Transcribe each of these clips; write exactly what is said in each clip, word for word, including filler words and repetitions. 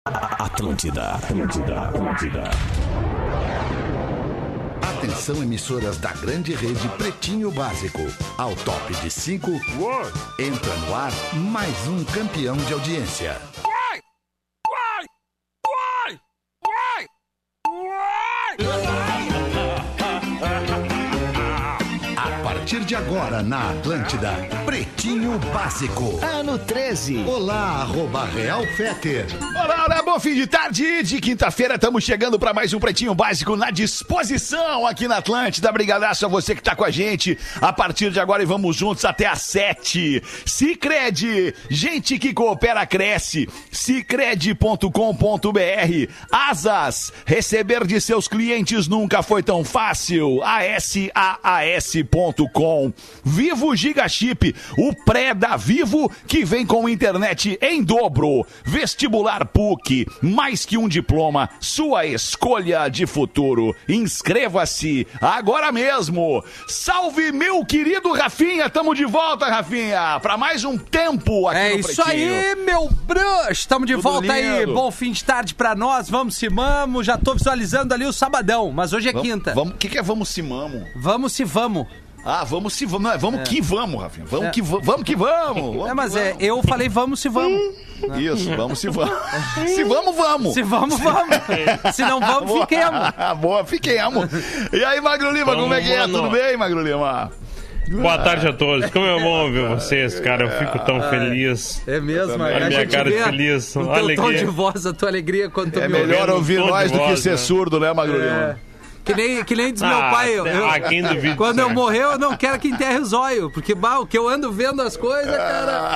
Atlântida, Atlântida, Atlântida. Atenção, emissoras da grande rede Pretinho Básico. Ao top de cinco, entra no ar mais um campeão de audiência. Uai! Uai! Uai! Uai! A partir de agora, na Atlântida, Pretinho Básico. Ano treze. Olá, arroba Real Feter. Olá, olá, bom fim de tarde de quinta-feira, estamos chegando para mais um Pretinho Básico na disposição aqui na Atlântida. Brigadaço a você que tá com a gente a partir de agora e vamos juntos até às sete. Sicredi, gente que coopera cresce. Sicredi ponto com ponto br. Asas, receber de seus clientes nunca foi tão fácil. A S A A S ponto com. Vivo Giga Chip, o pré da Vivo que vem com internet em dobro. Vestibular P U C, mais que um diploma, sua escolha de futuro. Inscreva-se agora mesmo. Salve, meu querido Rafinha, tamo de volta, Rafinha, para mais um tempo aqui é no isso Pretinho. aí, meu bruxo, tamo de Tudo volta lindo. aí, bom fim de tarde pra nós, vamos se mamo, já tô visualizando ali o sabadão, mas hoje é Vamos- quinta. Vamos, o que, que é vamos se mamo? Vamos se vamos. Ah, vamos se vamos, não, é vamos que vamos, Rafinha. Vamos É. que va- vamos que vamos. vamos É, mas que é, vamos. eu falei vamos se vamos. Isso, vamos se vamos. Se vamos, vamos. Se vamos, vamos. Se não vamos, fiquemos. Boa, fiquemos. E aí, Magro Lima, como é que é? Vamos, Tudo mano. bem, Magro Lima? Boa tarde a todos. Como é bom ver vocês, cara. Eu fico tão feliz. É mesmo, Olha a minha cara de feliz. O teu Alegria. tom de voz, a tua alegria quando tu É me melhor ouve. vendo ouvir tom de nós do que voz, ser né? surdo, né, Magro Lima? Que nem, que nem diz Ah, meu pai, eu, eu- ah, quem duvida quando eu disso, né? morrer eu não quero que enterre os olhos, porque bah, o que eu ando vendo as coisas, cara...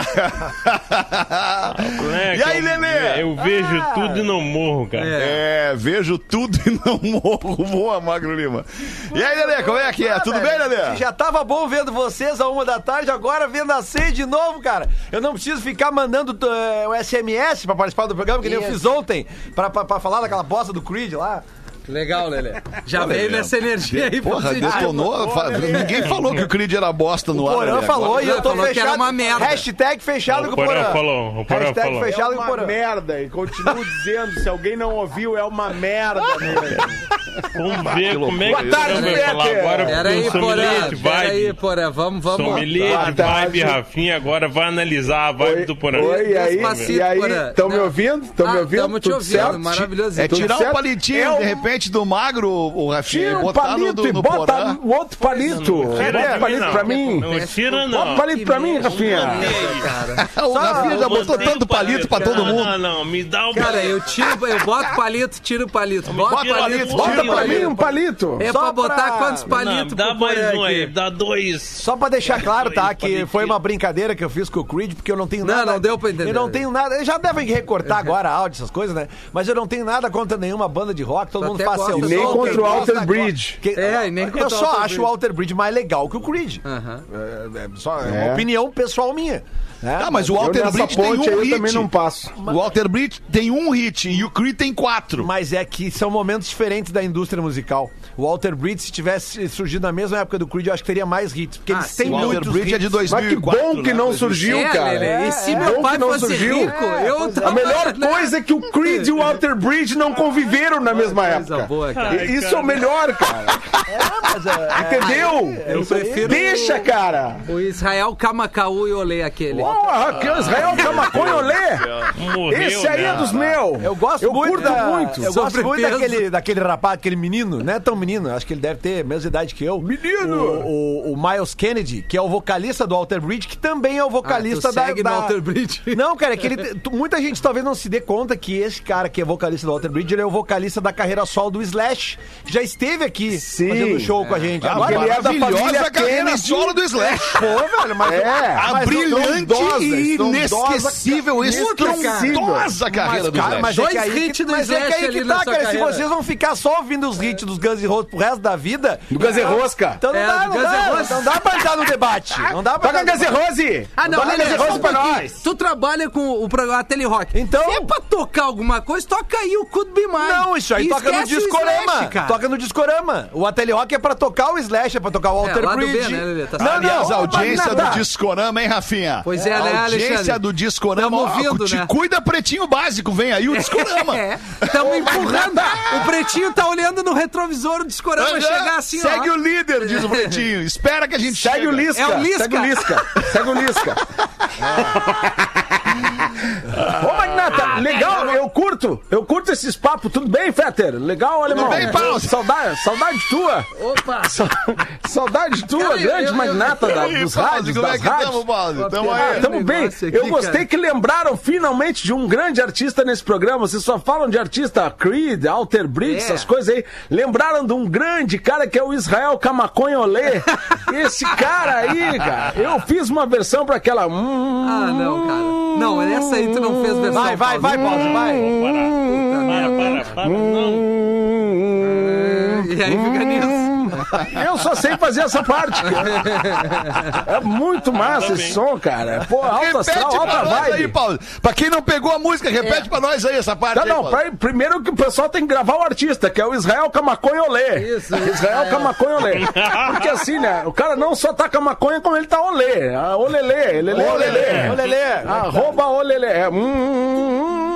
É, E aí, eu- Lelê? Eu vejo tudo e não morro, cara. É. É, vejo tudo e não morro. Boa, Magro Lima. E aí, Lelê, como é que é? Tudo bem, Lelê? Já tava bom vendo vocês a uma da tarde, agora vendo a seis de novo, cara. Eu não preciso ficar mandando eh, o S M S pra participar do programa, que nem eu fiz ontem, pra, pra, pra falar daquela bosta do Creed lá. Legal, Lelê. Já Pô, veio Lelê. nessa energia aí. Porra, pra você- detonou. fa- Ninguém falou que o Creed era bosta no O ar. Porã Lelê. falou Agora- e eu tô Falou que fechado. era uma merda. Hashtag fechado O com o Porã Porã. falou, o Porã Hashtag falou. fechado É com o uma Porã. merda, e continuo dizendo, se alguém não ouviu, é uma merda mesmo. Vamos ver como é que Boa tarde, o vai falar Peter. agora. Pera aí, o Porã. sommelier de Pera aí, vibe. Porã. Vamos, vamos. Sommelier Boa de tarde. vibe, Rafinha, agora vai analisar a vibe do Porã. Oi, e aí? Despacito, E aí? Porã. Estão me Não. ouvindo? Estão me Ah, ouvindo? tamo te Tudo ouvindo, certo? maravilhoso. É Tudo tirar um certo? palitinho, É um- de repente, do magro, o Rafinha, e Tira um botar no, palito do, e no bota Porã. o outro palito. Tira Bota de palito mim, pra não. mim. Não tira, Bota não. palito pra mim, Rafinha. O Rafinha já botou tanto palito pra todo Não, mundo. Não, não, me dá o Cara, eu tiro, eu boto palito, tiro palito. Bota Bota palito, palito, tiro Bota pra palito. mim um palito. É Só pra botar pra- quantos Não, palitos dá pro mais Porã um aí, aqui? dá dois. Só pra deixar claro, tá, Dois que palitinhos. foi uma brincadeira que eu fiz com o Creed, porque eu não tenho Não, nada... não deu pra entender. Eu não tenho nada... Já devem recortar agora áudio, essas coisas, né? Mas eu não tenho nada contra nenhuma banda de rock, todo Tu mundo até faz seu gosta. Nem som, contra quem o gosta, Alter gosta. Bridge. Quem- É, e nem contra Eu o só Alter acho Bridge. o Alter Bridge mais legal que o Creed. Aham. É, é só é É. uma opinião pessoal minha. Né? Ah, mas o Eu Walter nessa Bridge tem ponte aí um eu hit. também não passo. O Walter Bridge tem um hit e o Creed tem quatro. Mas é que são momentos diferentes da indústria musical. O Walter Bridge, se tivesse surgido na mesma época do Creed, eu acho que teria mais hits. Porque Ah, eles sim. têm O Walter muitos Bridge é hits. de dois Mas mil que e quatro. bom que né? não surgiu, É, cara. Lelê, e se É, meu bom pai que não fosse surgiu. rico, eu A tava... melhor coisa é que o Creed e o Walter Bridge não conviveram na mesma Coisa época. boa, cara. E- Isso é o melhor, cara. Mas, é, Entendeu? Eu prefiro Deixa, cara. o Israel Kamakaú e Olê aquele. Ó, a Israel Camacon e Olê. Morreu, Esse aí né? é dos meus. Eu gosto Eu muito, curto da- muito. Eu gosto muito Sobrepeso. daquele, daquele rapaz, aquele menino, não é tão menino, acho que ele deve ter a mesma idade que eu. Menino! O, o- o Miles Kennedy, que é o vocalista do Alter Bridge, que também é o vocalista Ah, tu da, segue da... no Alter Bridge. Não, cara, é que ele, tu- muita gente talvez não se dê conta que esse cara que é vocalista do Alter Bridge, ele é o vocalista da carreira solo do Slash, que já esteve aqui Sim. fazendo show com a gente. Ah, Agora ele é da maravilhosa família carreira Kennedy. solo do Slash. Pô, velho, mas... É. A mas brilhante estrondosa, e estrondosa, inesquecível, estrondosa carreira do Cara, Slash. mas é Dois que aí hits que, do mas é que Slash aí que ali tá, nessa cara. Se carreira. vocês vão ficar só ouvindo os hits dos Guns N' Roses pro resto da vida. Do Guns N' Rosca. Então não É, dá, do não Guns N' dá, Roses. não dá pra entrar no debate. Não dá pra Toca entrar Guns no N' Roses. Ah, não, Toca Lelê, Guns N' só Roses um pra pouquinho. nós. Tu trabalha com o programa Telerock. Então- Se é pra tocar alguma coisa, toca aí o Could Be Mine. Não, isso aí E toca no esquece o Discorama. Slash, cara. Toca no Discorama. O Ateli Rock é pra tocar o Slash, é pra tocar o Alter lá do B, Bridge. né, Lelê? Tá Não, certo. Aliás, a não, audiência Magnata. do Discorama, hein, Rafinha? Pois é, né, A audiência Alexandre? do Discorama. Tamo ó, ouvindo, te né? cuida, Pretinho Básico, vem aí o Discorama. É, estamos empurrando. O Pretinho tá olhando no retrovisor do Discorama Aham, chegar assim, segue ó. o líder, diz o Pretinho. Espera que a gente Segue chega. o Lisca. É o Lisca. Segue o Lisca. Segue o Lisca. Ô, Magnata, legal, eu curto. Eu curto esses papos. Tudo bem, Fetter? Legal, alemão? bem, Paulo? Saudade, saudade tua. Opa! Sa- Saudade tua, Cara, eu- grande eu- magnata da- E aí, dos Paulo, rádios, como é das que rádios. tamo, Paulo? Tamo Ah, aí. tamo bem. negócio aqui, Eu gostei cara. que lembraram finalmente de um grande artista nesse programa. Vocês só falam de artista Creed, Alter Bridge, É. essas coisas aí. Lembraram de um grande cara que é o Israel Camaconholê. Esse cara aí, cara. Eu fiz uma versão pra aquela. hum, Ah, não, cara. Não, essa aí tu não fez versão. Vai, vai, vai, Paulo, vai. Para, para, para. Não. E aí fica nisso. Eu só sei fazer essa parte, cara. É muito massa esse som, cara. Pô, alta astral, Repete pra alta nós aí, vibe. Paulo. Pra quem não pegou a música, repete pra nós aí essa parte. Tá, aí, não, Paulo. pra- primeiro que o pessoal tem que gravar o artista, que é o Israel Camaconholê. Isso, Israel Camaconholê. Porque assim, né, o cara não só tá com a maconha, como ele tá olê. Ah, olelê, elelê, olelê. Olelê. Arroba olelê. É, hum, hum, hum.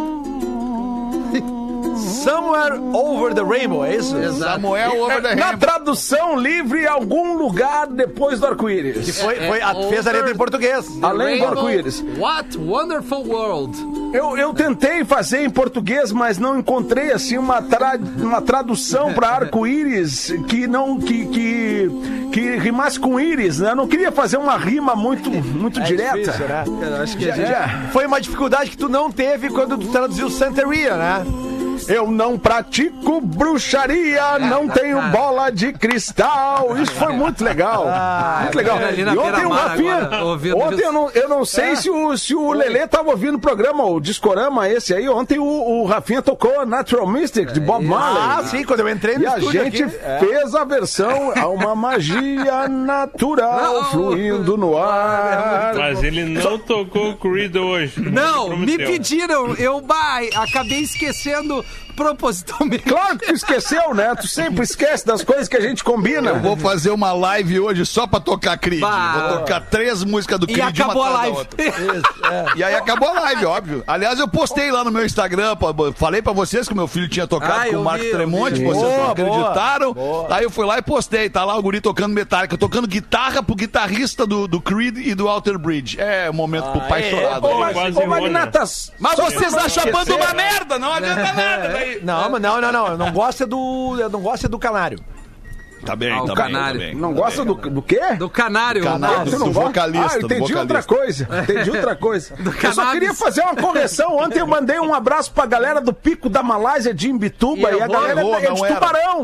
Somewhere Over the Rainbow, é isso? Samuel Over the Na Rainbow. tradução livre, algum lugar depois do Que arco-íris. foi, foi a- fez a letra em português. Além do Rainbow, arco-íris. What wonderful world. Eu, eu tentei fazer em português, mas não encontrei assim uma, tra- uma tradução para arco-íris que não que, que, que rimasse com íris, né? Eu não queria fazer uma rima muito, muito direta. Difícil, né? Eu acho que a gente... É. Foi uma dificuldade que tu não teve quando tu traduziu Santeria, né? Eu não pratico bruxaria, não tenho bola de cristal. Isso foi muito legal. muito legal. ali na E ontem o beira-mar Rafinha. agora, ouvindo Ontem isso. eu não, eu não sei se o, se o Lelê tava ouvindo o programa, o Discorama esse aí. Ontem o, o Rafinha tocou Natural Mystic de Bob Marley. Ah, sim, quando eu entrei no E a estúdio gente aqui. É. fez a versão a uma magia natural Não. fluindo no ar. Mas ele não tocou o Creed hoje. Não, me Prometeu. pediram, eu bah, acabei esquecendo propositalmente. Claro que tu esqueceu, né? Tu sempre esquece das coisas que a gente combina. Eu vou fazer uma live hoje só pra tocar Creed. Bah. Vou tocar três músicas do E Creed, uma acabou a atrás da live. outra. E aí acabou a live, óbvio. Aliás, eu postei lá no meu Instagram, pô, falei pra vocês que o meu filho tinha tocado Ah, com eu o Marcos vi, eu Tremonti, vi. vocês Boa, não acreditaram. boa. Aí eu fui lá e postei, tá lá o guri tocando Metallica, tocando guitarra pro guitarrista do, do Creed e do Alter Bridge. É o momento pro pai é. chorado. Ô, aí. Mag- quase ô, um Magnatas, Mas só vocês pra não acham a banda esquecer- uma merda, não adianta nada. Daí. Não, mas não, não, não. Eu não gosto é do. Eu não gosto é do Canário. Tá bem, Ah, o tá canário. bem. Tá bem, Não tá gosta bem. do, do quê? Do canário. Canário. Paulo. Tu não do gosta? vocalista, Ah, eu do entendi vocalista. outra coisa. Entendi outra coisa. Eu só cannabis. queria fazer uma correção. Ontem eu mandei um abraço pra galera do Pico da Malásia de Imbituba E e, a errou, galera errou, é de não era. Tubarão.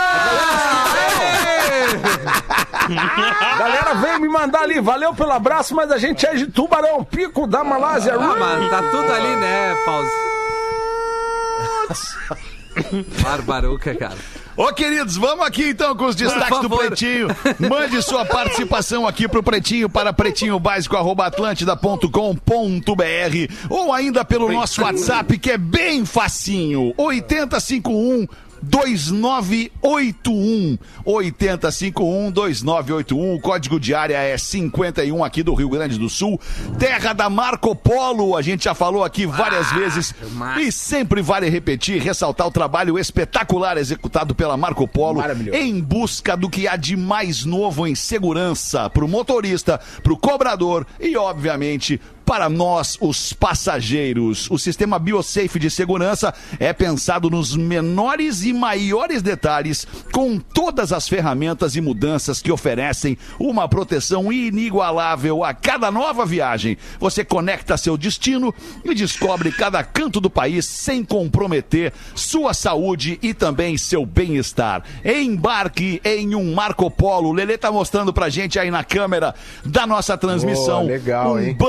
A galera veio me mandar ali. Valeu pelo abraço, mas a gente é de Tubarão. Pico da Malásia. Ah, mas tá tudo ali, né, Paulo? Barbaruca, cara. Ô, queridos, vamos aqui então com os destaques do favor. Pretinho. Mande sua participação aqui pro Pretinho para pretinhobásico arroba atlântida ponto com ponto br ou ainda pelo nosso WhatsApp, que é bem facinho, oito zero cinco um dois nove oito um, oito zero cinco um dois nove oito um, o código de área é cinquenta e um aqui do Rio Grande do Sul, terra da Marco Polo, a gente já falou aqui várias vezes massa. e sempre vale repetir, ressaltar o trabalho espetacular executado pela Marco Polo Maravilhoso. em busca do que há de mais novo em segurança para o motorista, para o cobrador e, obviamente, para nós, os passageiros. O sistema BioSafe de segurança é pensado nos menores e maiores detalhes, com todas as ferramentas e mudanças que oferecem uma proteção inigualável a cada nova viagem. Você conecta seu destino e descobre cada canto do país sem comprometer sua saúde e também seu bem-estar. Embarque em um Marco Polo. O Lelê tá mostrando pra gente aí na câmera da nossa transmissão Oh, legal, um hein? bus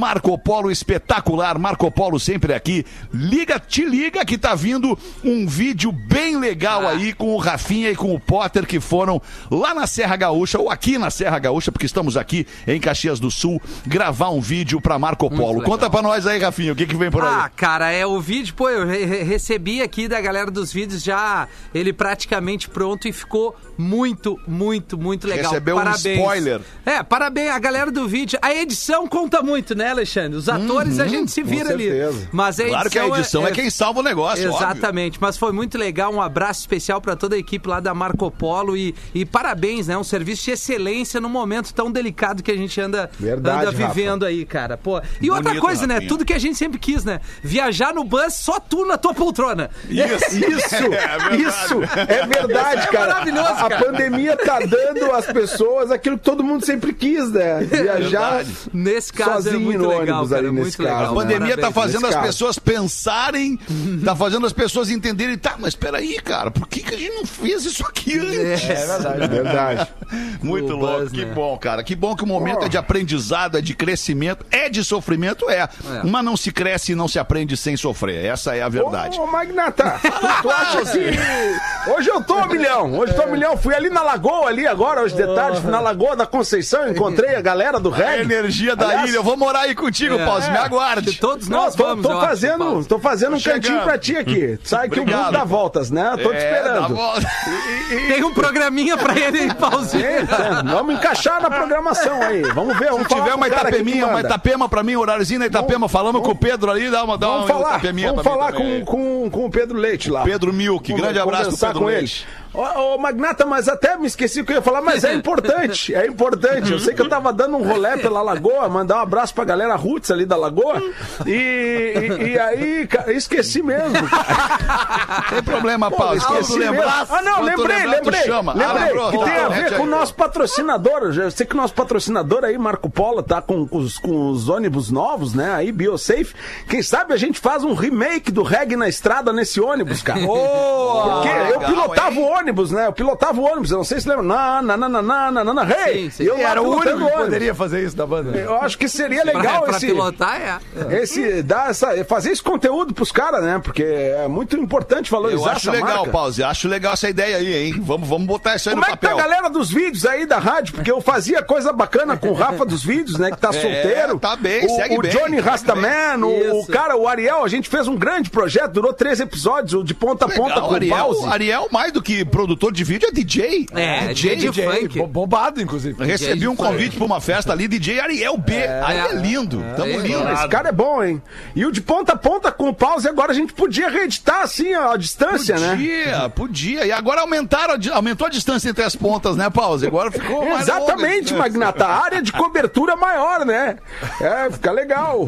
Marco Polo espetacular, Marco Polo sempre aqui. Liga, te liga que tá vindo um vídeo bem legal aí com o Rafinha e com o Potter, que foram lá na Serra Gaúcha, ou aqui na Serra Gaúcha, porque estamos aqui em Caxias do Sul, gravar um vídeo pra Marco Polo. Conta pra nós aí, Rafinha, o que que vem por aí? Ah, cara, é o vídeo, pô, eu re recebi aqui da galera dos vídeos já ele praticamente pronto e ficou muito, muito, muito legal. Recebeu parabéns. um spoiler. É, parabéns a galera do vídeo. A edição conta muito, né, Alexandre? Os atores Uhum, a gente se vira ali. certeza. Mas a Claro que a edição é, é quem salva o negócio, Exatamente, óbvio. Mas foi muito legal. Um abraço especial pra toda a equipe lá da Marco Polo e, e parabéns, né? Um serviço de excelência num momento tão delicado que a gente anda, Verdade, anda vivendo Rafa. aí, cara. Pô. E outra Bonito, coisa, né? Rafinha. Tudo que a gente sempre quis, né? Viajar no bus, só tu na tua poltrona. Isso, Isso, é isso é verdade, cara. maravilhoso, A, a cara. pandemia tá dando às pessoas aquilo que todo mundo sempre quis, né? Viajar Verdade. Nesse caso sozinho é muito no legal, ônibus cara. ali Muito nesse legal. caso, A né? pandemia tá Parabéns. fazendo nesse as caso. pessoas pensarem, tá fazendo as pessoas entenderem, tá, mas peraí, cara, por que, que a gente não fez isso aqui antes? É verdade. É verdade. Muito O louco, buzz, que né? bom, cara. Que bom que o momento Oh. é de aprendizado, é de crescimento, é de sofrimento, é. Mas não se cresce e não se aprende sem sofrer. Essa é a verdade. Ô, Magnata, tu, tu acha que... Hoje eu tô a milhão, hoje eu tô a milhão. Fui ali na Lagoa, ali agora, hoje de tarde, na Lagoa da Conceição, encontrei a galera do A reggae. energia da Aliás, ilha. Eu vou morar aí contigo, É. Paulo. Me aguarde. Todos Não, nós tô, vamos, tô eu acho, fazendo, Paulo. tô fazendo um Tô cantinho chegando. pra ti aqui. Sabe que o Obrigado. mundo dá voltas, né? Tô te É, dá esperando. volta. Tem um programinha pra ele aí, Pauzinho. É, vamos encaixar na programação aí. Vamos ver, vamos Se tiver falar uma com o cara aqui que Itapeminha, uma manda. Itapema pra mim, horáriozinho na Itapema, falamos com o Pedro ali, dá uma, dá Vamos uma falar, Itapeminha vamos pra mim falar também. com, com, com o Pedro Leite lá. Pedro Milk, Vamos grande abraço pro conversar Pedro com Leite. ele. Ô, ô, Magnata, mas até me esqueci o que eu ia falar, mas é importante, é importante. Eu sei que eu tava dando um rolê pela Lagoa, mandar um abraço pra galera Roots ali da Lagoa, e, e, e aí, cara, esqueci mesmo. Tem problema, Pô, Paulo. esqueci Quando tu mesmo. lembrar, Ah, não, quando tu lembrei, lembrar, tu lembrei. chama. Ah, Lembrei, lembrou? que Tá, tem a mete ver aí. com o nosso patrocinador. Eu sei que o nosso patrocinador aí, Marco Polo, tá com os, com os ônibus novos, né? Aí, BioSafe. Quem sabe a gente faz um remake do reggae na estrada nesse ônibus, cara. Porque eu legal, pilotava hein? o ônibus, né? Eu pilotava o ônibus, eu não sei se lembra. Na, na, na, na, na, na, na, na, hey! Sim, sim. E eu E lá era o único pilotando que ônibus. poderia fazer isso da banda. Eu acho que seria Pra, legal pra esse... pilotar, é. Esse, dar essa, fazer esse conteúdo pros caras, né? Porque é muito importante valorizar Eu acho essa legal, marca. Pause. Acho legal essa ideia aí, hein? Vamos, vamos botar isso aí Como no é que tá a papel. galera dos vídeos aí da rádio? Porque eu fazia coisa bacana com o Rafa dos vídeos, né? Que tá solteiro. tá bem, o, segue o bem, Johnny segue Rastaman, o, o Isso. cara, o Ariel, a gente fez um grande projeto, durou três episódios, o de ponta a ponta Legal, com Ariel, pause. Ariel, mais do que produtor de vídeo, é D J. É, D J. D J funk. Bo- Bombado, inclusive. Recebi um funk. convite pra uma festa ali, D J Ariel B. Aí é lindo. Tamo É, lindo. Esse cara é bom, hein? E o de ponta a ponta com o pause, agora a gente podia reeditar assim, ó, a distância, né? Podia, podia. E agora aumentaram, a di- aumentou a distância entre as pontas, né, Pause? Agora ficou mais longa a Exatamente, distância. Magnata. A área de cobertura maior, né? É, fica legal.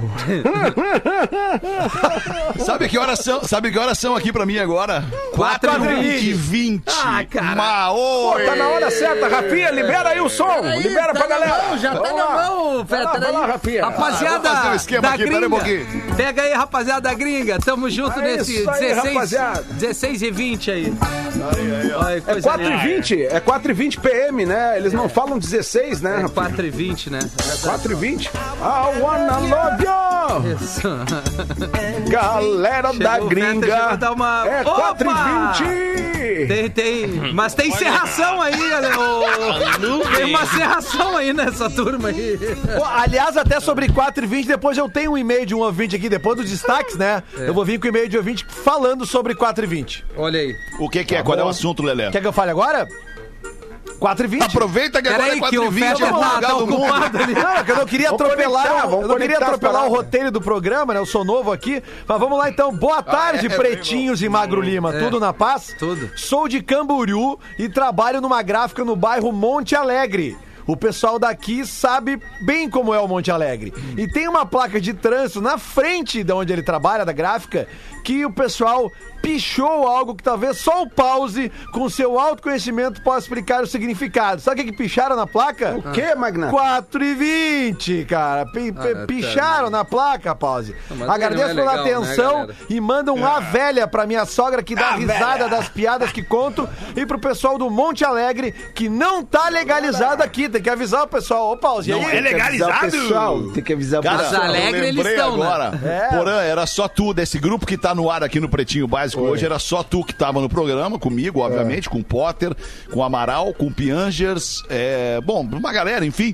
Sabe que horas são? Sabe que horas são aqui pra mim agora? quatro e vinte. Ah, cara. Pô, tá na hora certa, Rafinha, libera aí o som. Libera pra galera. Mão, já tá Vamos na lá. mão, Vai lá, Feta. vai lá, Rafinha. Rapaziada Ah, vou fazer um esquema da aqui, pera gringa. um pouquinho. Pega aí, rapaziada da gringa. Tamo junto É nesse isso aí, dezesseis, rapaziada. dezesseis e vinte aí. Ai, É coisa quatro e linda. vinte, é quatro e vinte P M, né? Eles não falam dezesseis, né, É Rafinha? quatro e vinte, né? quatro e vinte. I wanna love you! Isso. Galera Chegou da o Feta, gringa. chegou a dar uma- É Opa! quatro e vinte! Tem, tem. Mas tem serração aí, galera. Ô, Tem uma serração aí nessa turma aí. Pô, aliás, até sobre quatro e vinte, depois eu tenho um e-mail de um ouvinte aqui, depois dos destaques, né? Eu vou vir com o e-mail de ouvinte falando sobre quatro e vinte. Olha aí. O que que é? Qual é o assunto, Lelé? Quer que eu fale agora? quatro e vinte. Aproveita que agora Peraí é que quatro e o vinte, Feta é o tá, lugar tá do mundo. ocupado ali. Não, é que eu não queria Vamos atropelar, conectar, eu vamos não queria conectar as atropelar o paradas. roteiro do programa, né? Eu sou novo aqui. Mas vamos lá então. Boa tarde, é, pretinhos e Magro Lima. É. Tudo na paz? Tudo. Sou de Camboriú e trabalho numa gráfica no bairro Monte Alegre. O pessoal daqui sabe bem como é o Monte Alegre. E tem uma placa de trânsito na frente de onde ele trabalha, da gráfica, que o pessoal pichou algo que talvez só o Pause, com seu autoconhecimento, possa explicar o significado. Sabe o que, que picharam na placa? O que, Magnata? quatro e vinte, cara. Pi- pi- Ah, picharam tá, na placa, Pause. mas Agradeço não é pela legal, né, atenção galera? e manda um A velha pra minha sogra que dá risada das piadas que conto e pro pessoal do Monte Alegre que não tá legalizado aqui. Tem que avisar o pessoal. Ô, Pause, e Não aí? é legalizado? Tem que avisar o pessoal, tem que avisar o Cara, pessoal. Mas Alegre eu eles lembrei estão, né? agora. É. Porã, era só tu, desse grupo que tá no ar aqui no Pretinho Básico hoje, era só tu que tava no programa, comigo, obviamente, com o Potter, com o Amaral, com o Piangers, é, bom, uma galera, enfim.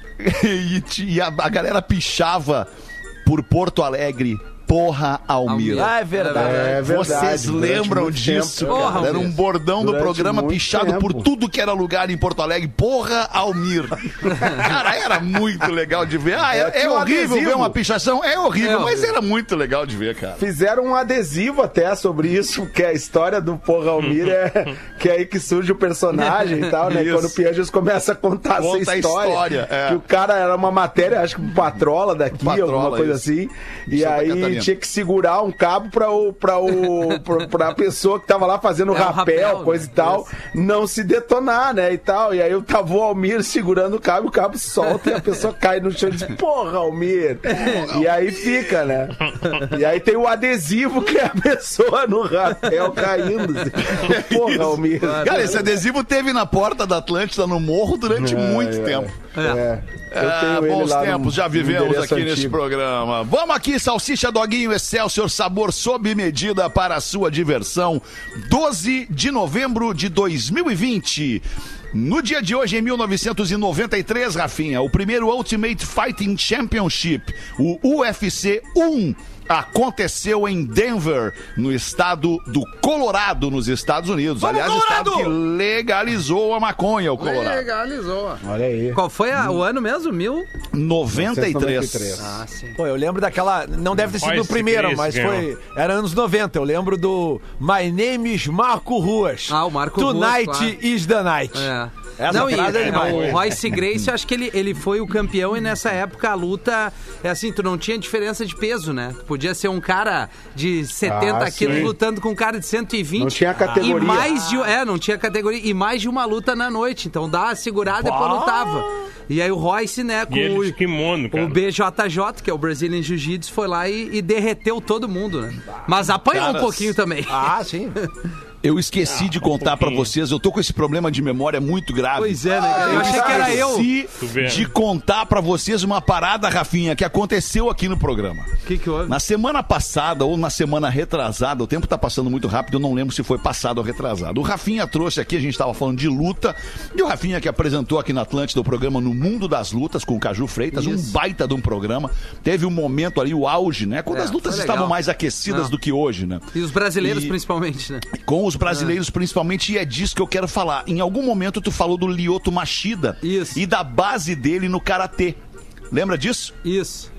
E, e a, a galera pichava por Porto Alegre. Porra, Almir. Ah, é verdade. É verdade. Vocês durante lembram muito disso, tempo. cara? Porra, Era um Almir. bordão do Durante programa muito pichado tempo. por tudo que era lugar em Porto Alegre. Porra, Almir. Cara, era muito legal de ver. Ah, é, É, é tinha um horrível adesivo. ver uma pichação. É horrível, É mas horrível. era muito legal de ver, cara. Fizeram um adesivo até sobre isso, que a história do Porra Almir é que é aí que surge o personagem e tal, né? Isso. Quando o Pianges começa a contar Conta essa a história. história, é. Que o cara era uma matéria, acho que um patrola daqui, Patrola, alguma coisa isso. assim. E Santa aí Catarina. tinha que segurar um cabo pra, o, pra, o, pra, pra pessoa que tava lá fazendo É, o rapel, rapel, coisa né? e tal, não se detonar, né? E tal. E aí eu tava o Almir segurando o cabo, o cabo solta e a pessoa cai no chão e diz, porra, Almir. E aí fica, né? E aí tem o adesivo que é a pessoa no rapel caindo. Assim. Porra, Almir. Cara, esse adesivo teve na porta da Atlântida, no morro, durante muito é. tempo. É. Eu Ah, tenho ele bons lá tempos, no- já no vivemos endereço aqui nesse antigo. programa. Vamos aqui, Salsicha Doguinho Excelsior, sabor sob medida para a sua diversão. doze de novembro de dois mil e vinte. No dia de hoje, em mil novecentos e noventa e três, Rafinha, o primeiro Ultimate Fighting Championship, o U F C um, aconteceu em Denver, no estado do Colorado, nos Estados Unidos. Vamos, Aliás, o estado Colorado! que legalizou a maconha, o Colorado. Legalizou. Olha aí. Qual foi a- o ano mesmo? Mil? noventa e três. Ah, sim. Pô, eu lembro daquela. Não deve ter sido Olha o esse primeiro, Cris mas ganhou. foi. Era anos noventa. Eu lembro do My Name is Marco Ruas. Ah, o Marco Tonight Ruas, claro. is the night. É. Essa Não, e, frase é é, demais. o Royce Gracie, eu acho que ele, ele foi o campeão e nessa época a luta, é assim, tu não tinha diferença de peso, né? Tu podia ser um cara de setenta Ah, quilos sim. lutando com um cara de cento e vinte. Não tinha categoria. E mais de, é, não tinha categoria. E mais de uma luta na noite. Então dá uma segurada e depois lutava. E aí o Royce, né, com E ele de o, kimono, cara. o B J J, que é o Brazilian Jiu-Jitsu, foi lá e, e derreteu todo mundo, né? Mas apanhou Caras. um pouquinho também. Ah, sim. Eu esqueci de contar pra vocês, eu tô com esse problema de memória muito grave. Pois é, né, cara? Eu achei que era eu. esqueci Tu vê. de contar pra vocês uma parada, Rafinha, que aconteceu aqui no programa. O que que houve? Na semana passada ou na semana retrasada, o tempo tá passando muito rápido, eu não lembro se foi passado ou retrasado. O Rafinha trouxe aqui, a gente tava falando de luta, e o Rafinha que apresentou aqui na Atlântida o programa No Mundo das Lutas com o Caju Freitas, um Isso. baita de um programa. Teve um momento ali, o auge, né? Quando É, as lutas foi estavam legal. mais aquecidas Não. do que hoje, né? E os brasileiros, E- principalmente, né? Com os brasileiros, principalmente, e é disso que eu quero falar. Em algum momento tu falou do Lyoto Machida Isso. e da base dele no karatê. Lembra disso? Isso.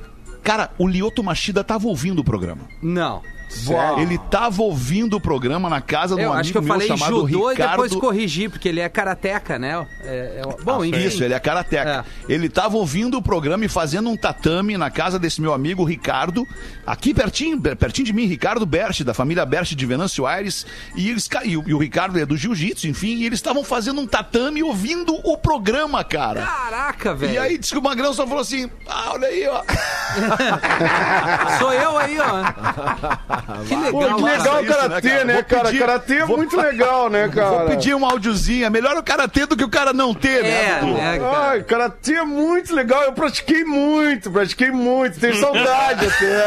Cara, o Lyoto Machida tava ouvindo o programa. Não. Ele tava ouvindo o programa na casa de um Eu amigo acho que eu meu falei chamado judô Ricardo. e depois corrigi, porque ele é karateca, né? É, é- bom, enfim. Isso, ele é karateca. Ele tava ouvindo o programa e fazendo um tatame na casa desse meu amigo Ricardo, aqui pertinho, pertinho de mim, Ricardo Berti, da família Berti de Venâncio Aires, e, eles, ca- e, o, e o Ricardo é do jiu-jitsu, enfim, e eles estavam fazendo um tatame ouvindo o programa, cara. Caraca, velho. E aí disse que o Magrão só falou assim, ah, olha aí, ó. Sou eu aí, ó. Que Pô, legal, que massa legal o isso, né, karatê, cara? né, Vou cara? pedir- Karatê é vou- muito legal, né, cara? Vou pedir um áudiozinho, é melhor o cara ter do que o cara não ter, né? É, Dudu? né, cara? Ai, karatê é muito legal. Eu pratiquei muito, pratiquei muito. Tenho saudade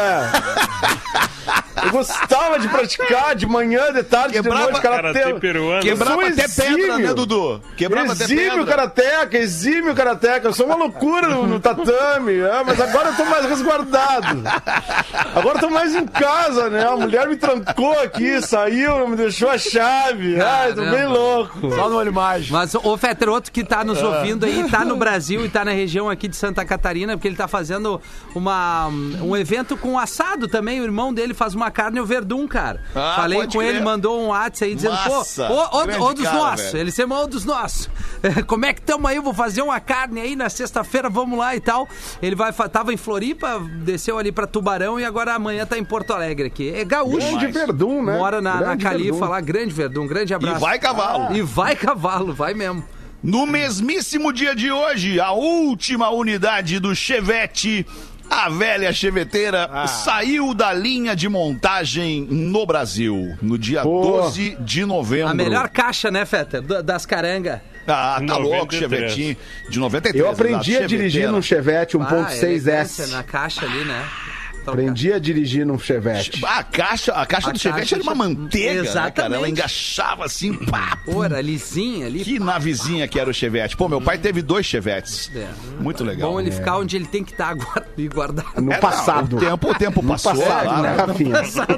até. Eu gostava de praticar de manhã, de tarde, Quebrava- de noite, karatê. Karatê peruano. Quebrava Eu sou até pedra, exímio. né, Dudu? Quebrava até Exímio pedra. karateca, exímio karateca. Eu sou uma loucura no, no tatame, é, mas agora eu tô mais resguardado. Agora eu tô mais em casa, né? A mulher me trancou aqui, saiu, não me deixou a chave. Ai, tô Caramba. bem louco. Só no olho mágico. Mas o Fetroto que tá nos ouvindo aí, tá no Brasil e tá na região aqui de Santa Catarina, porque ele tá fazendo uma, um evento com assado também. O irmão dele faz uma carne ao Verdun, cara. Ah, Falei pode com crer. ele, mandou um WhatsApp aí dizendo, Massa. pô, ô, ô, Grande ô dos cara, nossos. velho. Ele se chamou dos nossos. Como é que tamo aí? Vou fazer uma carne aí na sexta-feira, vamos lá e tal. Ele vai, tava em Floripa, desceu ali pra Tubarão e agora amanhã tá em Porto Alegre aqui. É gaúcho. Grande Verdun, né? Mora na, na Grande Califa Verdun. lá, grande Verdun, grande abraço. E vai cavalo. E vai cavalo, vai mesmo. No mesmíssimo dia de hoje, a última unidade do Chevette, a velha cheveteira, Ah. saiu da linha de montagem no Brasil, no dia Pô. doze de novembro. A melhor caixa, né, Feta? Do- Das carangas. Ah, tá louco, noventa e três. Chevetinho de noventa e três. Eu aprendi exato, a dirigir cheveteira. num Chevette um ponto seis Ah, elegância S. na caixa ali, né? Aprendi a dirigir num Chevette. A caixa, a caixa A do Chevette caixa era uma tinha- manteiga, né, cara? Exatamente. Ela engaixava assim, pá. Pô, era lisinha ali. Que navezinha que era o Chevette. Pô, meu pai teve dois Chevettes. É. Muito legal. Bom ele ficar onde ele tem que estar agora e guardar. No É, passado. não, o tempo, o tempo No passou. passado, lá, né, Rafinha?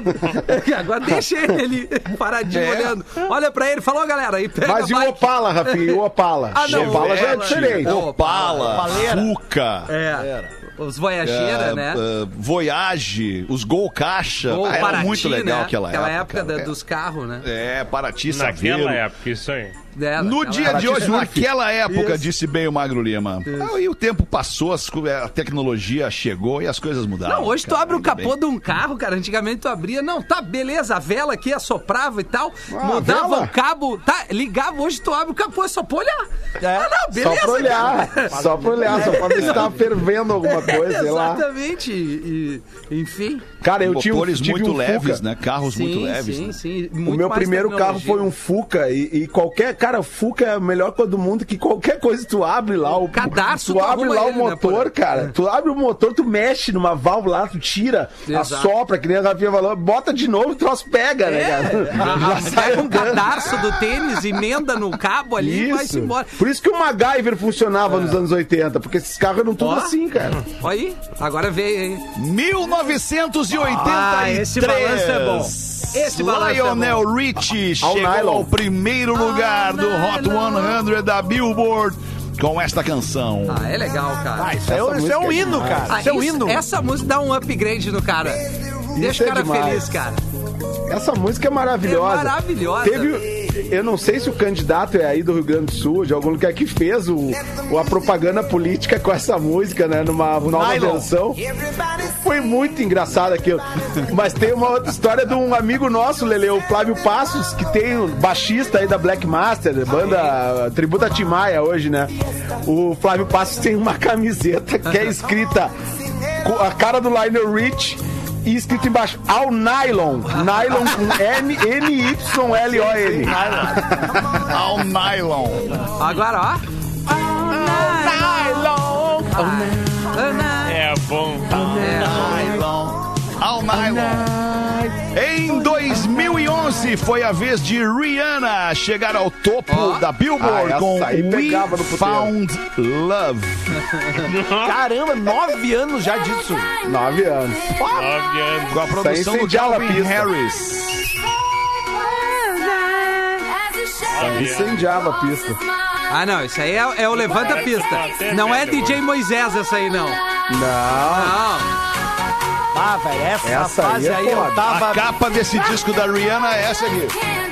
Agora deixa ele ali paradinho É. olhando. Olha pra ele, falou galera, aí pega Mas e a o bike. Opala, Rafinha? E o Opala? Ah, não, o Opala já é Chevette, diferente. Opala, Opaleira. Fuca. É, os Voyageira, é, né? é, Voyage, os Gol Caixa. Ou Ah, era Paraty, muito legal né? aquela, Aquela época. época da- é. dos carros, né? É, Paraty, Naquela Saveiro. época, isso aí. É, No naquela dia época. de hoje, Surf. naquela época, Isso. disse bem o Magro Lima. Ah, e o tempo passou, as co- a tecnologia chegou e as coisas mudaram. Não, hoje tu cara, abre o ainda capô bem. de um carro, cara. Antigamente tu abria, não, tá, beleza, a vela aqui assoprava e tal, Ah, mudava vela? o cabo, tá, ligava, hoje tu abre o capô, é só pra olhar. É. Ah, não, beleza. Só pra olhar. Só pra olhar, só pra ver se tava fervendo alguma coisa, sei lá. Exatamente, e, e- enfim. Cara, eu tinha um, Motores tive muito um leves, Fuca. né? Carros sim, muito leves. sim, né? sim. O Muito meu mais primeiro carro tecnologia. foi um Fuca e, e qualquer, cara, o Fuca é a melhor coisa do mundo, que qualquer coisa tu abre lá, o Cadarço, tu tu abre arruma lá o ele, né, motor, porra? cara, tu abre o motor, tu mexe numa válvula lá, tu tira, Exato. assopra, que nem a Rafinha falou, bota de novo, o troço pega, né, cara? Já sai Pega o andando. cadarço do tênis, emenda no cabo ali e vai-se Isso. embora. Por isso que o MacGyver funcionava nos anos oitenta, porque esses carros eram tudo Ó. assim, cara. Olha aí, agora veio, hein? mil novecentos e oitenta e três. Ah, esse balanço é bom. Esse balanço é Lionel Richie Ao chegou nylon. ao primeiro lugar do Hot nylon. cem da Billboard com esta canção. Ah, é legal, cara. Isso é, um- isso é um hino, cara. Ah, Isso é um isso- hino. essa música dá um upgrade no cara. Deixa é o cara demais. feliz, cara. Essa música é maravilhosa. É maravilhosa. Teve, eu não sei se o candidato é aí do Rio Grande do Sul, de algum lugar que fez o, o- a propaganda política com essa música, né? Numa nova nylon. versão. Foi muito engraçado aquilo. Mas tem uma outra história de um amigo nosso, Lele, o Flávio Passos, que tem um baixista aí da Black Master, banda tributa a Tim Maia hoje, né? O Flávio Passos tem uma camiseta que é escrita com a cara do Lionel Rich e escrito embaixo, ao nylon. Nylon com N Y L O N. Ao nylon. Agora, ó. É bom. Ao nylon. Em dois mil e onze foi a vez de Rihanna chegar ao topo Ó. da Billboard Ah, com essa aí pegava no We puteiro. Found Love. Caramba, nove anos já disso. Nove anos. Nove anos. Com a produção do incendiava a Calvin pista. Harris. Incendiava a pista. Ah, não, isso aí é, é o Levanta a Pista. Não é D J Moisés essa aí, não. Não. Não. Ah, velho, essa, Essa fase aí aí, é eu foda. tava... A capa desse disco da Rihanna é essa aqui.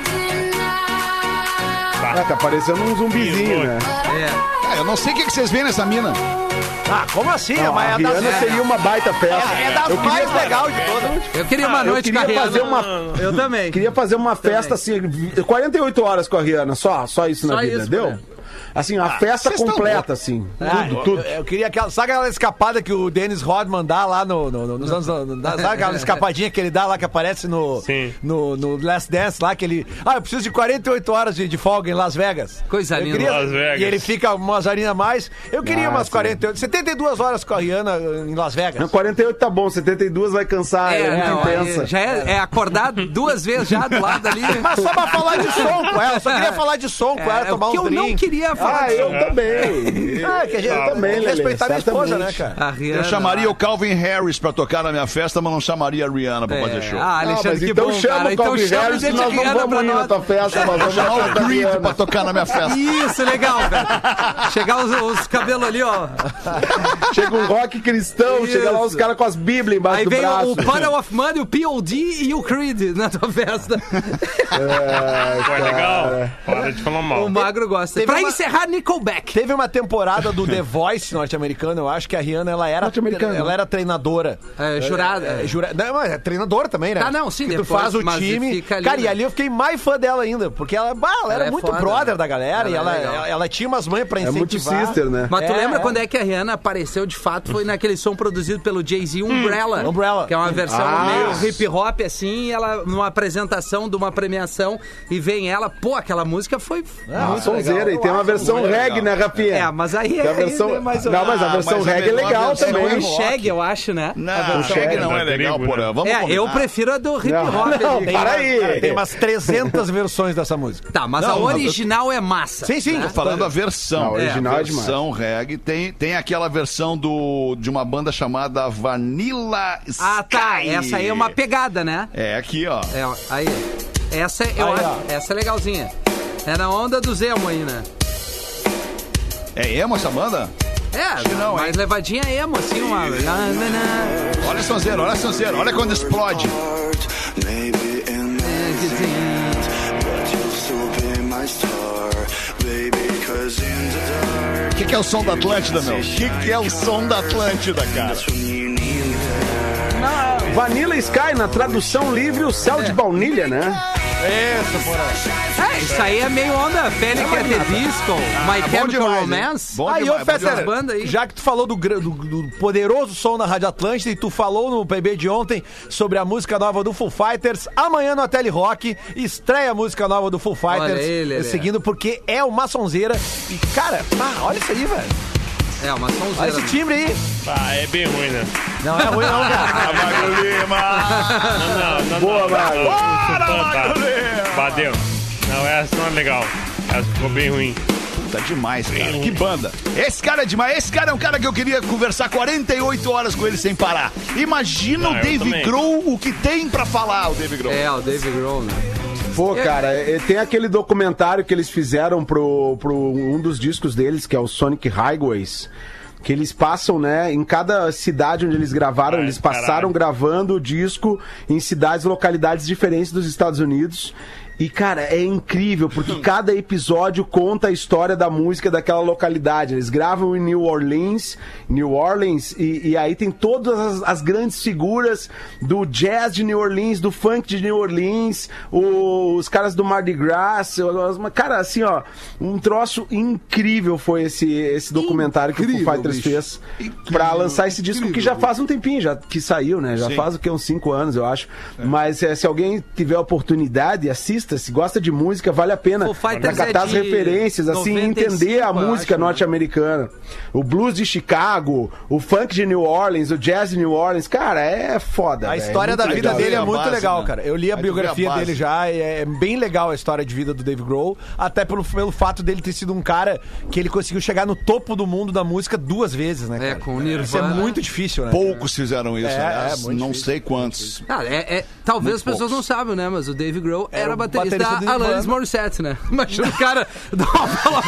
É, tá parecendo um zumbizinho, né? É. Ah, eu não sei o que que vocês veem nessa mina. Ah, como assim? Não, Mas a é das, Rihanna seria uma baita festa. é, é das Eu queria mais legais de todas. Eu queria uma eu noite com a queria Rihanna. fazer uma... Eu também. Queria fazer uma festa assim, quarenta e oito horas com a Rihanna, só, só isso na Só vida, isso, deu? né? Assim, a festa vocês tão completa, assim. Ah, Tudo, tudo. Eu, eu queria aquela. Sabe aquela escapada que o Dennis Rodman dá lá no, no- no- nos anos. no- na- sabe aquela escapadinha que ele dá lá que aparece no, Sim. no, no Last Dance lá? Que ele. Ah, eu preciso de quarenta e oito horas de, de folga em Las Vegas. Coisa Eu linda. queria- Las Vegas. E ele fica umas horinhas a mais. Eu queria Ah, umas sim. quarenta e oito. setenta e duas horas com a Rihanna em Las Vegas. Não, quarenta e oito tá bom, setenta e duas vai cansar, é, muito não, intensa. é, já é, é acordar duas vezes já do lado ali. Mas só pra falar de som com ela. Eu só queria falar de som com ela, É, tomar o que um eu não drink. queria ia falar Ah, disso. eu também. Ah, que a gente Eu também, Lelê, respeitar minha esposa, né, certamente. cara? A Rihanna, Eu chamaria o Calvin Harris pra tocar na minha festa, mas não chamaria a Rihanna pra É. fazer show. Ah, Ah, Alexandre, mas que então bom, chama cara. o Então Calvin chama Harris gente que nós não Rihanna vamos pra ir na nós. tua festa, nós Vou vamos chamar na o Creed Rihanna. pra tocar na minha festa. Isso, legal, velho. Chegar os, os cabelos ali, ó. Chega um rock cristão, Isso. chega lá os caras com as bíblias embaixo Aí do vem braço. o Puddle of Money, o P O D e o Creed na tua festa. É, Pô, é legal. cara. Para de falar mal. O Magro gosta. Teve Pra uma- encerrar, Nickelback. Teve uma temporada do The Voice norte-americano, eu acho que a Rihanna, ela era, Norte-americano. ela era treinadora. É, jurada. É, jura... Não, mas é treinadora também, né? Ah, não, sim, Que tu depois, faz o mas time. fica ali, Cara, né? e ali eu fiquei mais fã dela ainda, porque ela, bah, ela era Ela é muito foda, brother né? da galera, Ela e é ela, legal. ela, ela tinha umas manhas pra É muito incentivar. sister, né? Mas tu É, lembra é. quando é que a Rihanna apareceu de fato? Foi naquele som produzido pelo Jay-Z, Umbrella. Umbrella. Que é uma versão Ah. meio hip hop, assim, e ela, numa apresentação de uma premiação, e vem ela, pô, aquela música foi. Ah, sonzeira, e tem uma versão muito reggae, legal. né, Rafinha? É, mas aí Tem é. a versão... aí é mais ou Não, mas a Ah, versão mas é reggae é melhor a legal versão também. Foi o rock. Shag, eu acho, né? Não, A o versão- Shag não é da legal, tribo, porra. né? Vamos É, eu combinar. prefiro a do hip Não, hop. não, ali. Tem, para uma- aí. cara, tem umas trezentas versões dessa música. Tá, mas Não, a mas eu- original é massa. Sim, sim. Tô falando a versão. Não, a original a é demais. versão reggae. Tem, tem aquela versão do, de uma banda chamada Vanilla Sky. Ah, tá. Essa aí é uma pegada, né? É aqui, ó. É, ó, aí. Essa, eu Aí, acho, ó. essa é legalzinha. É na onda do Zemo aí, né? É emo essa banda? É, que não, mais hein? levadinha emo, assim, uma... Olha a sonzeira, olha a sonzeira. Olha quando explode. O que, que é o som da Atlântida, meu? O que, que é o som da Atlântida, cara? Vanilla Sky, na tradução livre, o céu de baunilha, né? Isso, porra. É, isso aí é meio onda Panic! At the Disco, My bom Chemical demais, hein? Romance. Bom Aí, demais, ô, bom Fetter, demais. Banda aí. já que tu falou do, gra- do- do poderoso som na Rádio Atlântida e tu falou no P B de ontem sobre a música nova do Foo Fighters, amanhã no Tele Rock estreia a música nova do Foo Fighters, Olha ele, ele. seguindo porque é uma sonzeira. E, cara, ah, olha isso aí, velho. É, uma Olha sonzeira. esse timbre aí. Ah, é bem ruim, né? Não é ruim, não, cara. Ah, Magro Lima! Não, não, não. Boa, não, Magro. não, não, Bora, não, tá. Magro Lima! Badeu. Não, essa não é legal. Essa ficou bem ruim. Tá demais, cara. Que banda. Esse cara é demais. Esse cara é um cara que eu queria conversar quarenta e oito horas com ele sem parar. Imagina Ah, o eu Dave também. Grohl, o que tem pra falar, o Dave Grohl. É, o Dave Grohl, né? Pô, cara, é, tem aquele documentário que eles fizeram pro, pro um dos discos deles, que é o Sonic Highways, que eles passam, né, em cada cidade onde eles gravaram, Ai, eles passaram caralho. gravando o disco em cidades, localidades diferentes dos Estados Unidos. E, cara, é incrível, porque cada episódio conta a história da música daquela localidade. Eles gravam em New Orleans, New Orleans, e, e aí tem todas as, as grandes figuras do jazz de New Orleans, do funk de New Orleans, o- os caras do Mardi Gras. os- Cara, assim, ó, um troço incrível foi esse, esse documentário que o Foo Fighters fez pra lançar esse disco, que já faz um tempinho, já que saiu, né? Já Sim. faz o que? Uns cinco anos, eu acho. Mas é, se alguém tiver oportunidade, assista. Se gosta de música, vale a pena Foo Fighters pra catar é as de referências, assim, noventa e cinco, entender a eu música acho, né? norte-americana. O blues de Chicago, o funk de New Orleans, o jazz de New Orleans. Cara, é foda. A velho. história É da muito vida legal. dele é A muito base, legal, né? cara. Eu li a Aí tu vê a biografia base. dele já e é bem legal a história de vida do Dave Grohl, até pelo, pelo fato dele ter sido um cara que ele conseguiu chegar no topo do mundo da música duas vezes, né, cara? É, com o Nirvana. Isso é muito difícil, né? Poucos fizeram isso, É, né? é, muito Não difícil. sei quantos. Ah, é, é- talvez Muito as pessoas poucos. não sabem, né? Mas o Dave Grohl Era era, o baterista, baterista do da Alanis Nirvana. Morissette, né? Imagina o cara dar uma palavra.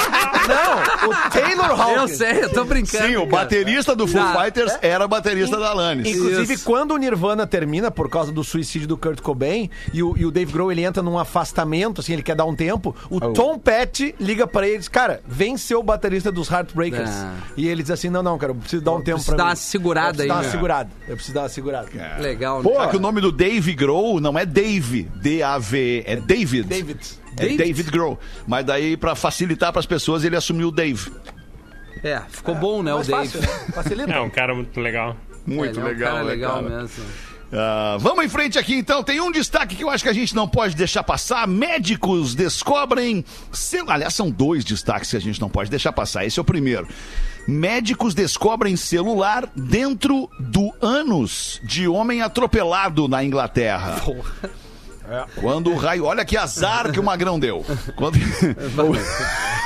Não, o Taylor Eu Hawkins. sei, eu tô brincando. Sim, o cara. baterista do Foo Já. Fighters era baterista da Alanis. Inclusive, Isso. quando o Nirvana termina por causa do suicídio do Kurt Cobain e o, e o Dave Grohl ele entra num afastamento, assim, ele quer dar um tempo, o Tom Petty liga pra ele e diz, cara, vem ser o baterista dos Heartbreakers. Ah. E ele diz assim, não, não, cara, eu preciso dar um tempo preciso pra dar mim. uma segurada eu preciso aí, dar uma né? segurada. Eu preciso dar uma segurada. Legal, né? Pô, Só que o nome do Dave Grohl não é Dave, D A V, é David. David. É David? David Grohl. Mas daí, pra facilitar pras pessoas, ele assumiu o Dave. É, ficou bom, né, o Mais Dave. fácil, né? Facilita. É um cara muito legal. Muito Ele é um legal, cara né, legal cara? mesmo. Ah, vamos em frente aqui, então. Tem um destaque que eu acho que a gente não pode deixar passar. Médicos descobrem... cel- Aliás, são dois destaques que a gente não pode deixar passar. Esse é o primeiro. Médicos descobrem celular dentro do ânus de homem atropelado na Inglaterra. Quando o raio... Olha que azar que o Magrão deu. Quando...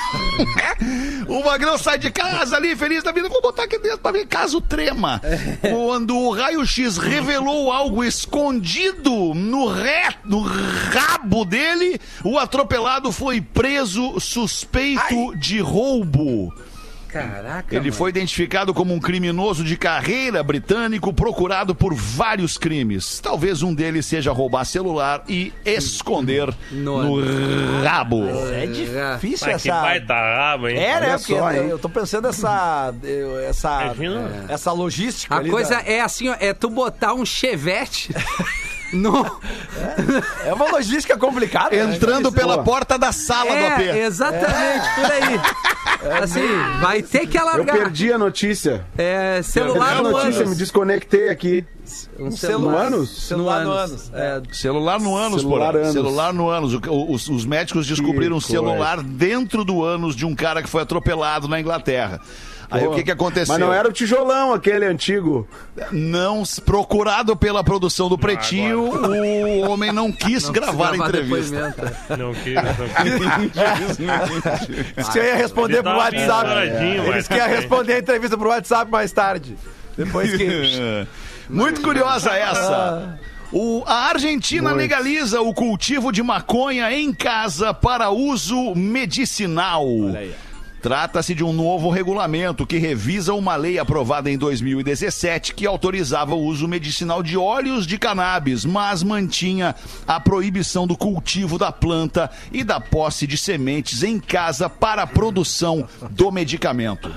O Magrão sai de casa ali, feliz da vida. Vou botar aqui dentro pra ver caso trema. Quando o raio-x revelou algo escondido no, ré, no rabo dele, o atropelado foi preso suspeito Ai. de roubo. Caraca, Ele mano. foi identificado como um criminoso de carreira britânico procurado por vários crimes. Talvez um deles seja roubar celular e esconder no, no rabo. É difícil Mas que essa... baita rabo, hein? É, né? Olha Porque só, eu, hein? eu tô pensando essa, essa, Imagina. essa logística A ali coisa da- é assim, ó, é tu botar um chevette no... É uma logística complicada. né? Entrando pela Pô. porta da sala do A P. É, exatamente, por aí. Assim, vai ter que Eu alargar. perdi a notícia. É, celular Perdi a no notícia, me ânus. desconectei aqui. Um celular. No ânus? Celular no ânus. É. Celular no ânus, Celular porra. ânus. Celular no ânus. O- o- Os, os médicos descobriram um coisa. celular dentro do ânus de um cara que foi atropelado na Inglaterra. Aí Pô, o que que aconteceu? Mas não era o tijolão, aquele antigo. Não, procurado pela produção do Pretinho, o homem não quis gravar a entrevista. depoimento. Não quis, não quis. Diz que eu ia responder Ele pro tava bem WhatsApp. estouradinho, Eles mas que ia tá bem. responder a entrevista pro WhatsApp mais tarde. Depois que... Muito curiosa essa. O, a Argentina Muito. legaliza o cultivo de maconha em casa para uso medicinal. aí. Trata-se de um novo regulamento que revisa uma lei aprovada em dois mil e dezessete que autorizava o uso medicinal de óleos de cannabis, mas mantinha a proibição do cultivo da planta e da posse de sementes em casa para a produção do medicamento.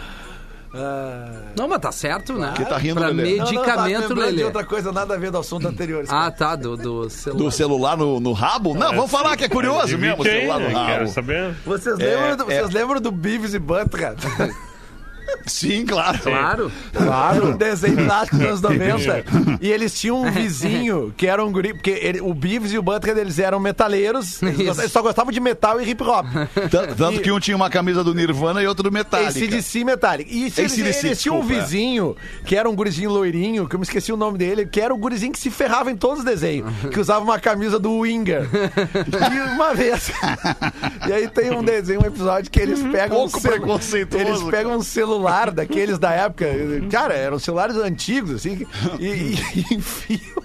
Não, mas tá certo, né? Que tá rindo, pra Lelê? Não, não, medicamento, tá lembrando de Lelê. outra coisa, nada a ver do assunto anterior. Ah, tá, do, do celular. Do celular no, no rabo? Não, vamos falar que é curioso mesmo o Divide aí, celular no né? Quero rabo. saber. Vocês, É, lembram do, é. vocês lembram do Beavis e Butthead? Sim, claro. Claro. Era um desenho clássico dos anos noventa. E eles tinham um vizinho que era um guri. Porque ele- o Beavis e o Butthead, eles eram metaleiros. Eles, Isso. gostavam- eles só gostavam de metal e hip hop. Tanto, tanto que um tinha uma camisa do Nirvana e outro do Metallica. A C D C Metallic. E se eles, A C D C, eles tinham um desculpa. vizinho que era um gurizinho loirinho, que eu me esqueci o nome dele, que era o gurizinho que se ferrava em todos os desenhos, que usava uma camisa do Winger. E uma vez. E aí tem um desenho, um episódio que eles pegam Pouco um celu- preconceituoso, Eles pegam um celular daqueles da época. Cara, eram celulares antigos, assim, e, e, e enfiam.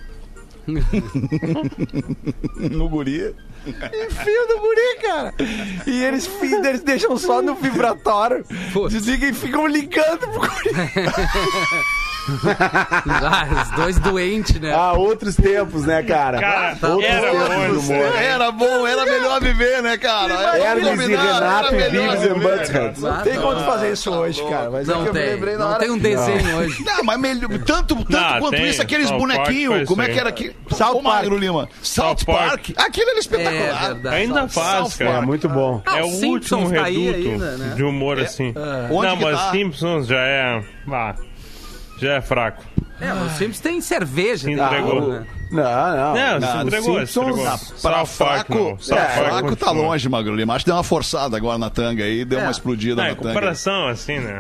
No guri. Enfio do guri, cara. E eles, fi- eles deixam só no vibratório, Putz. desligam e ficam ligando pro guri. Ah, os dois doentes, né? Ah, outros tempos, né, cara? Cara, tá outros era tempos bom do isso. humor. Era bom, era melhor viver, né, cara? Hermes e Combinar, Renato era e melhor Beavis and viver. Butthead. Não tem como tu fazer isso hoje, cara. Mas é Não que eu me tem, lembrei na não hora. tem um desenho hoje. Não, mas melhor, tanto, tanto Não, quanto tem. isso, aqueles South Park bonequinhos, foi como é isso que aí. era aqui? South Ô, Magro Park. Lima. South South Park. Park. Aquilo era É espetacular. verdade. Ainda faz, South É cara. muito bom. Ah, É os o Simpsons último tá aí reduto ainda, né? de humor, assim. Onde Não, que mas tá? Simpsons já é... Ah, já é fraco. É, mas os Simpsons tem cerveja. Se tem entregou. tudo, né? Não, não. Não, não, se os entregou, se Simpsons- entregou. Pra South Park, fraco, não. South é, Park fraco tá continua. longe, Magro Lima. Acho que deu uma forçada agora na tanga aí, deu É. uma explodida Não, na em tanga. comparação, assim, né?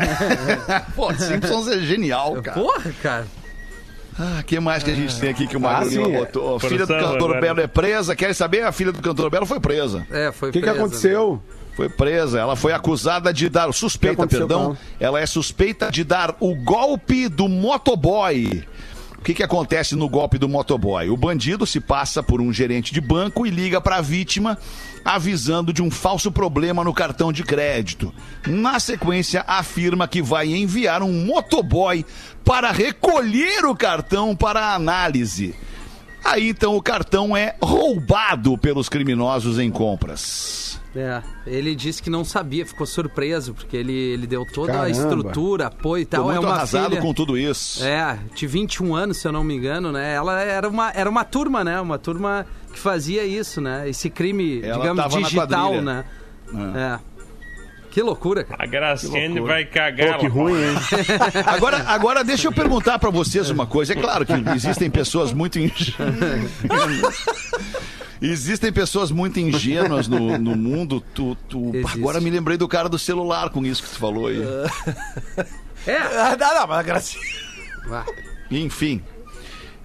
Pô, Simpsons é genial, cara. Porra, cara. Ah, que mais que a gente tem aqui que o Magro Ah, Lima sim, é. botou? A filha do Forçando cantor agora. Belo é presa. Querem saber? A filha do cantor Belo foi presa. É, foi O que, que presa, aconteceu? Foi presa. Ela foi acusada de dar. Suspeita, O que aconteceu perdão. com Ela é suspeita de dar o golpe do motoboy. O que, que acontece no golpe do motoboy? O bandido se passa por um gerente de banco e liga para a vítima avisando de um falso problema no cartão de crédito. Na sequência, afirma que vai enviar um motoboy para recolher o cartão para análise. Aí então o cartão é roubado pelos criminosos em compras. É, ele disse que não sabia, ficou surpreso, porque ele, ele deu toda Caramba. a estrutura, apoio e Tô tal. muito é uma arrasado filha, com tudo isso. É, de vinte e um anos, se eu não me engano, né? Ela era uma, era uma turma, né? Uma turma que fazia isso, né? Esse crime, Ela digamos, tava na digital, quadrilha. né? É. Que loucura, cara. A Graciane vai Pô, cagar. que lá. ruim, hein? Agora, agora deixa eu perguntar pra vocês uma coisa. É claro que existem pessoas muito ingênuas. Existem pessoas muito ingênuas no, no mundo. Tu, tu- Existe. agora me lembrei do cara do celular com isso que tu falou aí. É. Ah, não, não, mas a Gracinha. Ah, Enfim.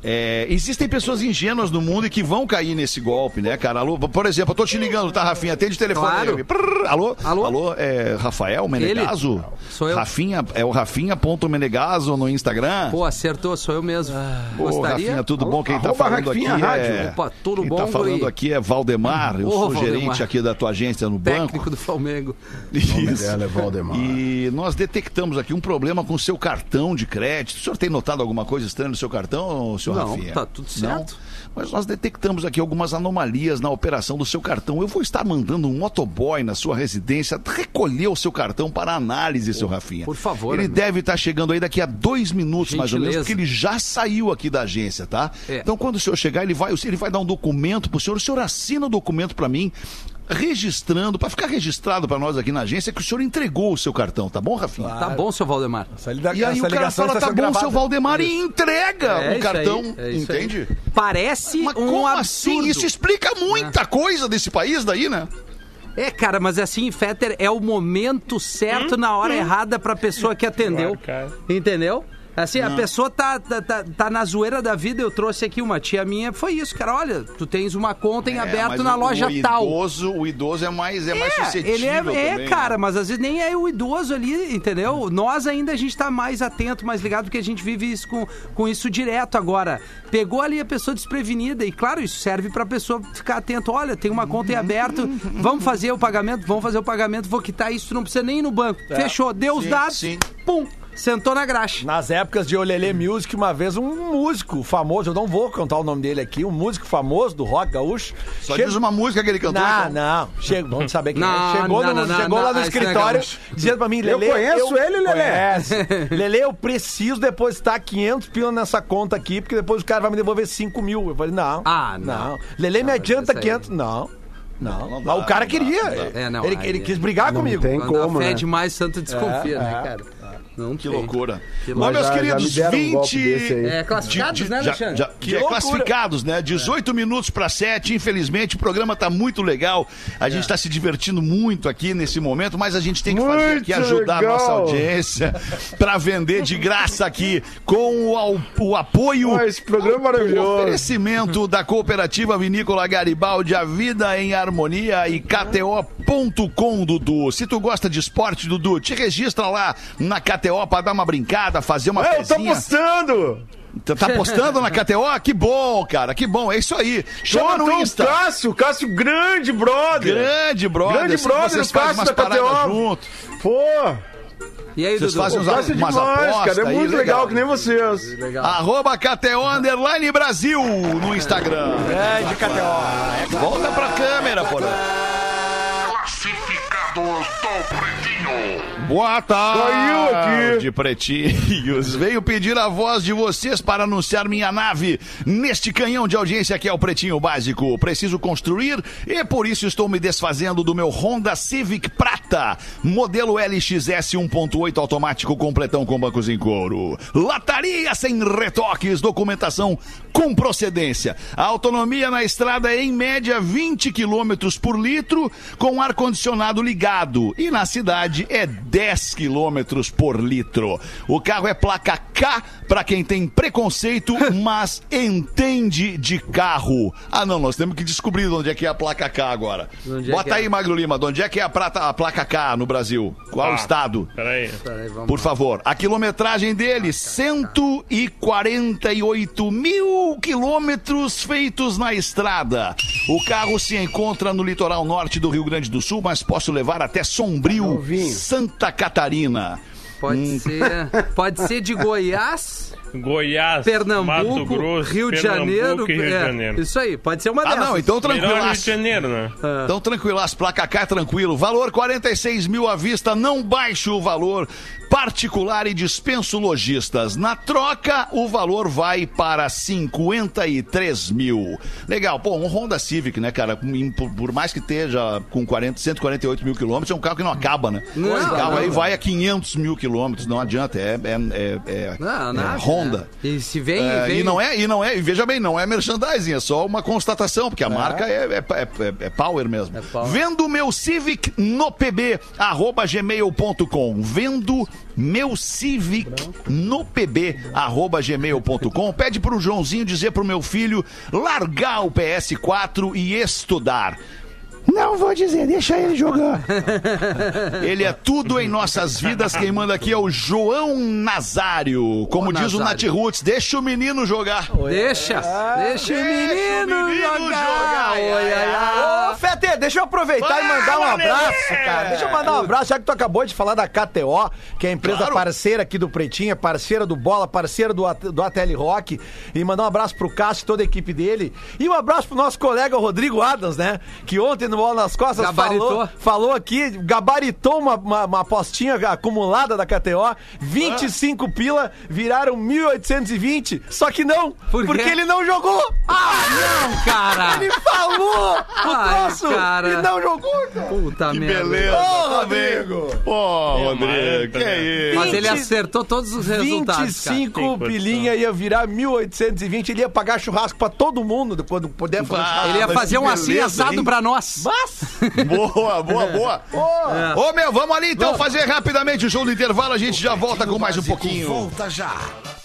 É, existem pessoas ingênuas no mundo e que vão cair nesse golpe, né, cara? Alô, por exemplo, eu tô te ligando, tá, Rafinha? Atende o telefone. Claro. Aí. Prrr, alô? Alô? Alô, é Rafael Menegaso? Ele? Sou eu. Rafinha, é o Rafinha.menegaso no Instagram? Pô, acertou, sou eu mesmo. Ô, Gostaria? Rafinha, tudo bom? Quem tá Arroba falando aqui Rafinha é... Rádio. Opa, tudo Quem bom, tá falando guri? aqui é Valdemar, eu Ô, sou Valdemar. gerente aqui da tua agência no banco. Técnico do Flamengo. Isso. dela é Valdemar. E nós detectamos aqui um problema com o seu cartão de crédito. O senhor tem notado alguma coisa estranha no seu cartão, senhor Não, Rafinha? tá tudo certo. Não? Mas nós detectamos aqui algumas anomalias na operação do seu cartão. Eu vou estar mandando um motoboy na sua residência recolher o seu cartão para análise, seu Rafinha. Por favor, Ele amigo. deve estar chegando aí daqui a dois minutos, mais ou menos, Gentileza. porque ele já saiu aqui da agência, tá? É. Então, quando o senhor chegar, ele vai, ele vai dar um documento pro senhor. O senhor assina o documento para mim, registrando, para ficar registrado para nós aqui na agência, que o senhor entregou o seu cartão, tá bom, Rafinha? Tá bom, seu Valdemar. Essa liga- E aí essa o cara ligação fala, está tá sendo bom, seu gravada. Valdemar, e entrega É o isso cartão, aí, é isso aí. entende? Parece Mas um como absurdo. assim? Isso explica muita coisa desse país daí, né? É, cara, mas assim, Fetter, é o momento certo na hora errada pra pessoa que atendeu. Claro, cara. Entendeu? Assim, a pessoa tá, tá, tá, tá na zoeira da vida. Eu trouxe aqui uma tia minha, foi isso, cara. Olha, tu tens uma conta em aberto mas na o- loja o tal. Idoso, o idoso é mais, é mais suscetível ele é, é, também, cara, né? mas às vezes nem é o idoso ali, entendeu? Nós ainda a gente tá mais atento, mais ligado, porque a gente vive isso com, com isso direto agora. Pegou ali a pessoa desprevenida e, claro, isso serve pra pessoa ficar atento. Olha, tem uma conta em aberto, vamos fazer o pagamento, vamos fazer o pagamento, vou quitar isso, não precisa nem ir no banco. Fechou, deu os Sim, dados, sim. pum, sentou na graxa. Nas épocas de Olelê Music, uma vez um músico famoso, eu não vou cantar o nome dele aqui, um músico famoso do rock gaúcho. Só chega- diz uma música que ele cantou. Não, então. não. Chega, vamos saber quem Não, é. Chegou, não, no, não, chegou não, lá no não, isso não é escritório gaúcho. dizendo pra mim, Eu Lelê... conheço ele, Lelê. Conhece. Lelê, eu preciso depositar quinhentos pila nessa conta aqui, porque depois o cara vai me devolver cinco mil. Eu falei, não. Ah, não. Lelê me Não, adianta isso aí- quinhentos. Não. Não. Não, não Mas dá, o cara não dá, queria. não dá. É, não, ele, aí ele é- quis brigar Não comigo. tem Quando como, a fé né? demais, santo desconfia, É, né, é. cara? Não Que tem. loucura. Que Bom, loucura. meus já- já queridos, me deram um golpe vinte... desse aí. É, classificados, né, já, Alexandre? já, Que já é loucura. classificados, né? dezoito minutos para sete, infelizmente, o programa tá muito legal. A gente tá se divertindo muito aqui nesse momento, mas a gente tem que fazer aqui, Muito ajudar a nossa legal. audiência para vender de graça aqui com o, au- o apoio. Ah, esse programa é O maravilhoso. oferecimento da Cooperativa Vinícola Garibaldi, a vida em harmonia e K T O ponto com, Dudu. Se tu gosta de esporte, Dudu, te registra lá na K T O pra dar uma brincada, fazer uma É, eu tô fezinha. postando! Tá tá postando na K T O? Que bom, cara, que bom. É isso aí. Chama Tô, no tô, Insta. Cássio, Cássio, grande brother! Grande brother. Grande sempre brother, vocês o fazem Cássio umas da K T O. paradas junto. Pô, E aí, Vocês Dudu? fazem o uns Cássio é umas demais, apostas cara. É aí, muito legal. legal, que nem vocês. Legal. Arroba K T O Underline Brasil no Instagram. Grande K T O. Volta pra câmera, porra. Classificados do Pretinho. Boa tarde, Caiu aqui. pretinhos. Venho pedir a voz de vocês para anunciar minha nave neste canhão de audiência que é o Pretinho Básico. Preciso construir e por isso estou me desfazendo do meu Honda Civic Prata, modelo L X S um ponto oito automático completão com bancos em couro. Lataria sem retoques, documentação com procedência. A autonomia na estrada é em média vinte quilômetros por litro com ar-condicionado ligado e na cidade é dez quilômetros por litro. O carro é placa K para quem tem preconceito, mas entende de carro. Ah, não, nós temos que descobrir de onde é que é a placa K agora. Onde é Bota que é? aí, Magro Lima, de onde é que é a, prata, a placa K no Brasil? Qual Ah. estado? Peraí. Peraí, vamos Por lá. favor. A quilometragem dele, cento e quarenta e oito mil quilômetros feitos na estrada. O carro se encontra no litoral norte do Rio Grande do Sul, mas posso levar até Sombrio, Novinho. Santa Catarina. Pode Hum. ser. Pode ser de Goiás, Goiás, Pernambuco, Mato Grosso, Rio de Pernambuco Janeiro. e Rio de é, Janeiro. Isso aí, pode ser uma Ah, dessas. não, então Melhor Rio de tranquilaço. Janeiro, né? Então tranquilaço, placa K é tranquilo. Valor quarenta e seis mil à vista, não baixe o valor. Particular e dispenso lojistas. Na troca, o valor vai para cinquenta e três mil. Legal, pô, um Honda Civic, né, cara? Por, por mais que esteja com quarenta, cento e quarenta e oito mil quilômetros, é um carro que não acaba, né? Não, Esse carro não, aí não. vai a quinhentos mil quilômetros, não adianta. É, é, é, é, Não, é nada, Honda, onda. E se vem, É, vem... E não é, e não é, e veja bem, não é merchandising, é só uma constatação, porque a marca é, é, é, é power mesmo. É power. Vendo meu Civic no pb, arroba gmail ponto com. Vendo meu Civic no pb, arroba gmail ponto com. Pede pro Joãozinho dizer pro meu filho largar o P S quatro e estudar. Não vou dizer, deixa ele jogar. Ele é tudo em nossas vidas. Quem manda aqui é o João Nazário. Como Ô, diz Nazário. o Nath Roots, deixa o menino jogar. Deixa, deixa o menino, o menino jogar. Oi, ai, ai. Ô, Fete, deixa eu aproveitar e mandar um Fala, abraço, Lelê! cara. Deixa eu mandar um abraço, já que tu acabou de falar da K T O, que é a empresa Claro. parceira aqui do Pretinho, é parceira do Bola, parceira do, A- do A T L Rock. E mandar um abraço pro Cássio e toda a equipe dele. E um abraço pro nosso colega Rodrigo Adams, né? Que ontem no Bola nas Costas Gabaritou. falou, falou aqui, gabaritou uma, uma, uma apostinha acumulada da K T O. vinte e cinco pila, viraram mil oitocentos e vinte. Só que não, Por quê? porque ele não jogou. Ah, não, cara! Ele falou o Ai, troço cara. e não jogou, cara. Puta Que merda. beleza. Ô, tá bem. Rodrigo. Pô, Rodrigo, mas- que é isso? Mas ele vinte acertou todos os resultados, cara. vinte e cinco Tem condição. pilinha ia virar mil oitocentos e vinte. Ele ia pagar churrasco pra todo mundo quando puder fazer Bah, churrasco. Ele ia mas fazer que um assim beleza, assado hein? pra nós. Mas, Boa, boa, boa. Ô, meu, vamos ali então fazer rapidamente o show do intervalo. A gente já volta com mais um Básico pouquinho. Volta já.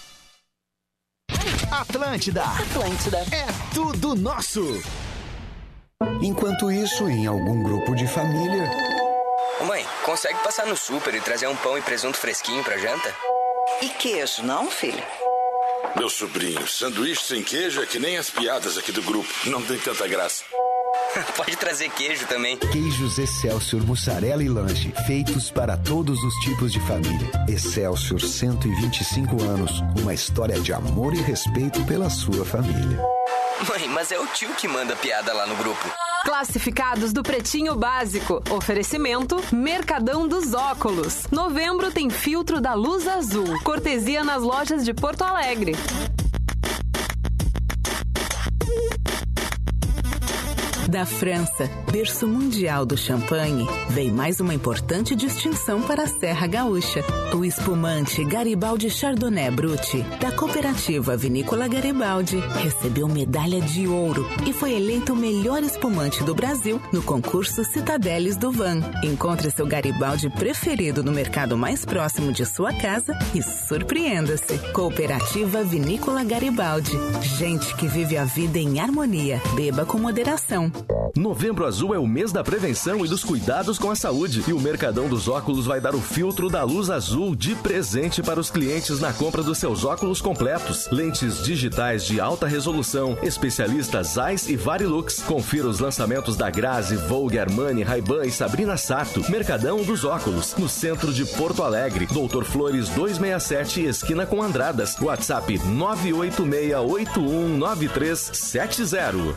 Atlântida. Atlântida. É tudo nosso. Enquanto isso, em algum grupo de família. Ô mãe, consegue passar no super e trazer um pão e presunto fresquinho pra janta? E queijo, não, filho? Meu sobrinho, sanduíche sem queijo é que nem as piadas aqui do grupo. Não tem tanta graça. Pode trazer queijo também. Queijos Excelsior, mussarela e lanche, feitos para todos os tipos de família. Excelsior, cento e vinte e cinco anos, uma história de amor e respeito pela sua família. Mãe, mas é o tio que manda piada lá no grupo. Classificados do Pretinho Básico. Oferecimento Mercadão dos Óculos. Novembro tem filtro da Luz Azul. Cortesia nas lojas de Porto Alegre. Da França, berço mundial do champanhe, vem mais uma importante distinção para a Serra Gaúcha. O espumante Garibaldi Chardonnay Brut, da cooperativa Vinícola Garibaldi, recebeu medalha de ouro e foi eleito o melhor espumante do Brasil no concurso Citadeles do Van. Encontre seu Garibaldi preferido no mercado mais próximo de sua casa e surpreenda-se. Cooperativa Vinícola Garibaldi. Gente que vive a vida em harmonia. Beba com moderação. Novembro Azul é o mês da prevenção e dos cuidados com a saúde. E o Mercadão dos Óculos vai dar o filtro da Luz Azul de presente para os clientes na compra dos seus óculos completos. Lentes digitais de alta resolução, especialistas Zeiss e Varilux. Confira os lançamentos da Grazi, Vogue, Armani, Ray-Ban e Sabrina Sato. Mercadão dos Óculos, no centro de Porto Alegre. Doutor Flores duzentos e sessenta e sete, esquina com Andradas. WhatsApp nove oito seis oito um nove três sete zero.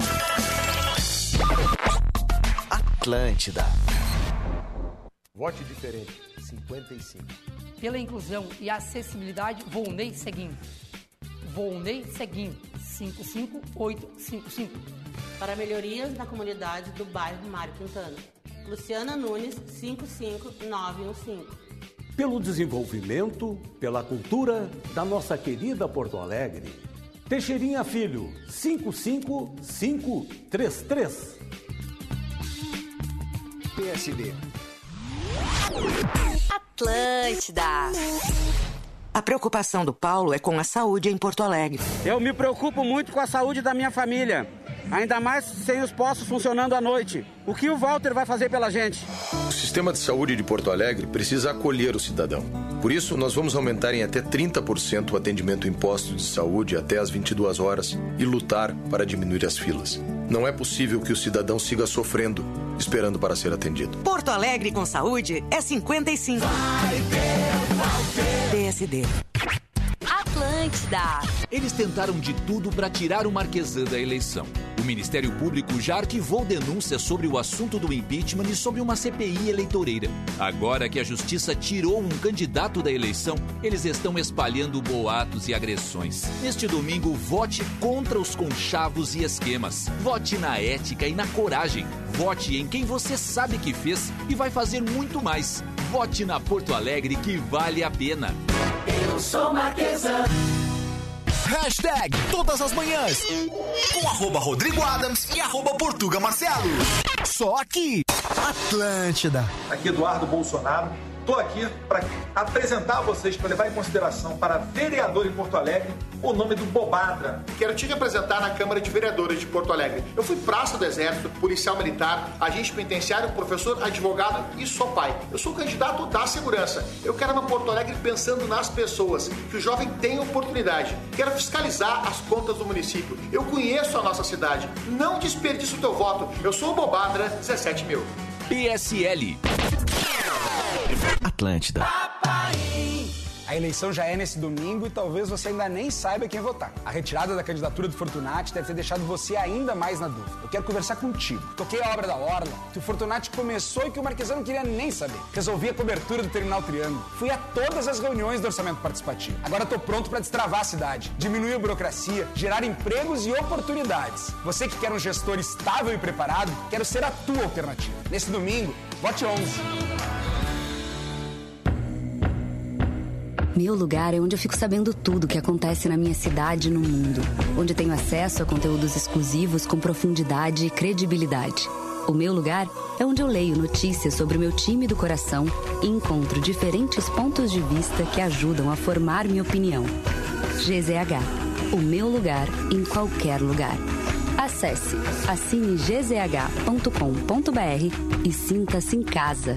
Atlântida. Vote diferente, cinquenta e cinco. Pela inclusão e acessibilidade, Volney Seguin. Volney Seguin, cinco cinco oito cinco cinco. Para melhorias na comunidade do bairro Mário Quintana. Luciana Nunes, cinco cinco nove um cinco. Pelo desenvolvimento, pela cultura da nossa querida Porto Alegre. Teixeirinha Filho, cinco cinco cinco três três. P S D. Atlântida. A preocupação do Paulo é com a saúde em Porto Alegre. Eu me preocupo muito com a saúde da minha família. Ainda mais sem os postos funcionando à noite. O que o Walter vai fazer pela gente? O sistema de saúde de Porto Alegre precisa acolher o cidadão. Por isso, nós vamos aumentar em até trinta por cento o atendimento em postos de saúde até às vinte e duas horas e lutar para diminuir as filas. Não é possível que o cidadão siga sofrendo, esperando para ser atendido. Porto Alegre com saúde é cinquenta e cinco. P S D. Atlântida. Eles tentaram de tudo para tirar o Marquesan da eleição. O Ministério Público já arquivou denúncias sobre o assunto do impeachment e sobre uma C P I eleitoreira. Agora que a Justiça tirou um candidato da eleição, eles estão espalhando boatos e agressões. Neste domingo, vote contra os conchavos e esquemas. Vote na ética e na coragem. Vote em quem você sabe que fez e vai fazer muito mais. Vote na Porto Alegre que vale a pena. Eu sou Marquesan. Hashtag todas as manhãs com arroba Rodrigo Adams e arroba Portuga Marcelo. Só aqui, Atlântida. Aqui Eduardo Bolsonaro. Estou aqui para apresentar a vocês, para levar em consideração para vereador em Porto Alegre, o nome do Bobadra. Quero te representar na Câmara de Vereadores de Porto Alegre. Eu fui praça do Exército, policial militar, agente penitenciário, professor, advogado e sou pai. Eu sou candidato da segurança. Eu quero uma Porto Alegre pensando nas pessoas, que o jovem tem oportunidade. Quero fiscalizar as contas do município. Eu conheço a nossa cidade. Não desperdice o teu voto. Eu sou o Bobadra, dezessete mil. P S L. Atlântida. A eleição já é nesse domingo e talvez você ainda nem saiba quem votar. A retirada da candidatura do Fortunati deve ter deixado você ainda mais na dúvida. Eu quero conversar contigo. Toquei a obra da Orla, que o Fortunati começou e que o Marquesano não queria nem saber. Resolvi a cobertura do Terminal Triângulo. Fui a todas as reuniões do orçamento participativo. Agora tô pronto para destravar a cidade, diminuir a burocracia, gerar empregos e oportunidades. Você que quer um gestor estável e preparado, quero ser a tua alternativa. Nesse domingo, vote onze. Meu lugar é onde eu fico sabendo tudo o que acontece na minha cidade e no mundo. Onde tenho acesso a conteúdos exclusivos com profundidade e credibilidade. O meu lugar é onde eu leio notícias sobre o meu time do coração e encontro diferentes pontos de vista que ajudam a formar minha opinião. G Z H. O meu lugar em qualquer lugar. Acesse assine g z h ponto com ponto b r e sinta-se em casa.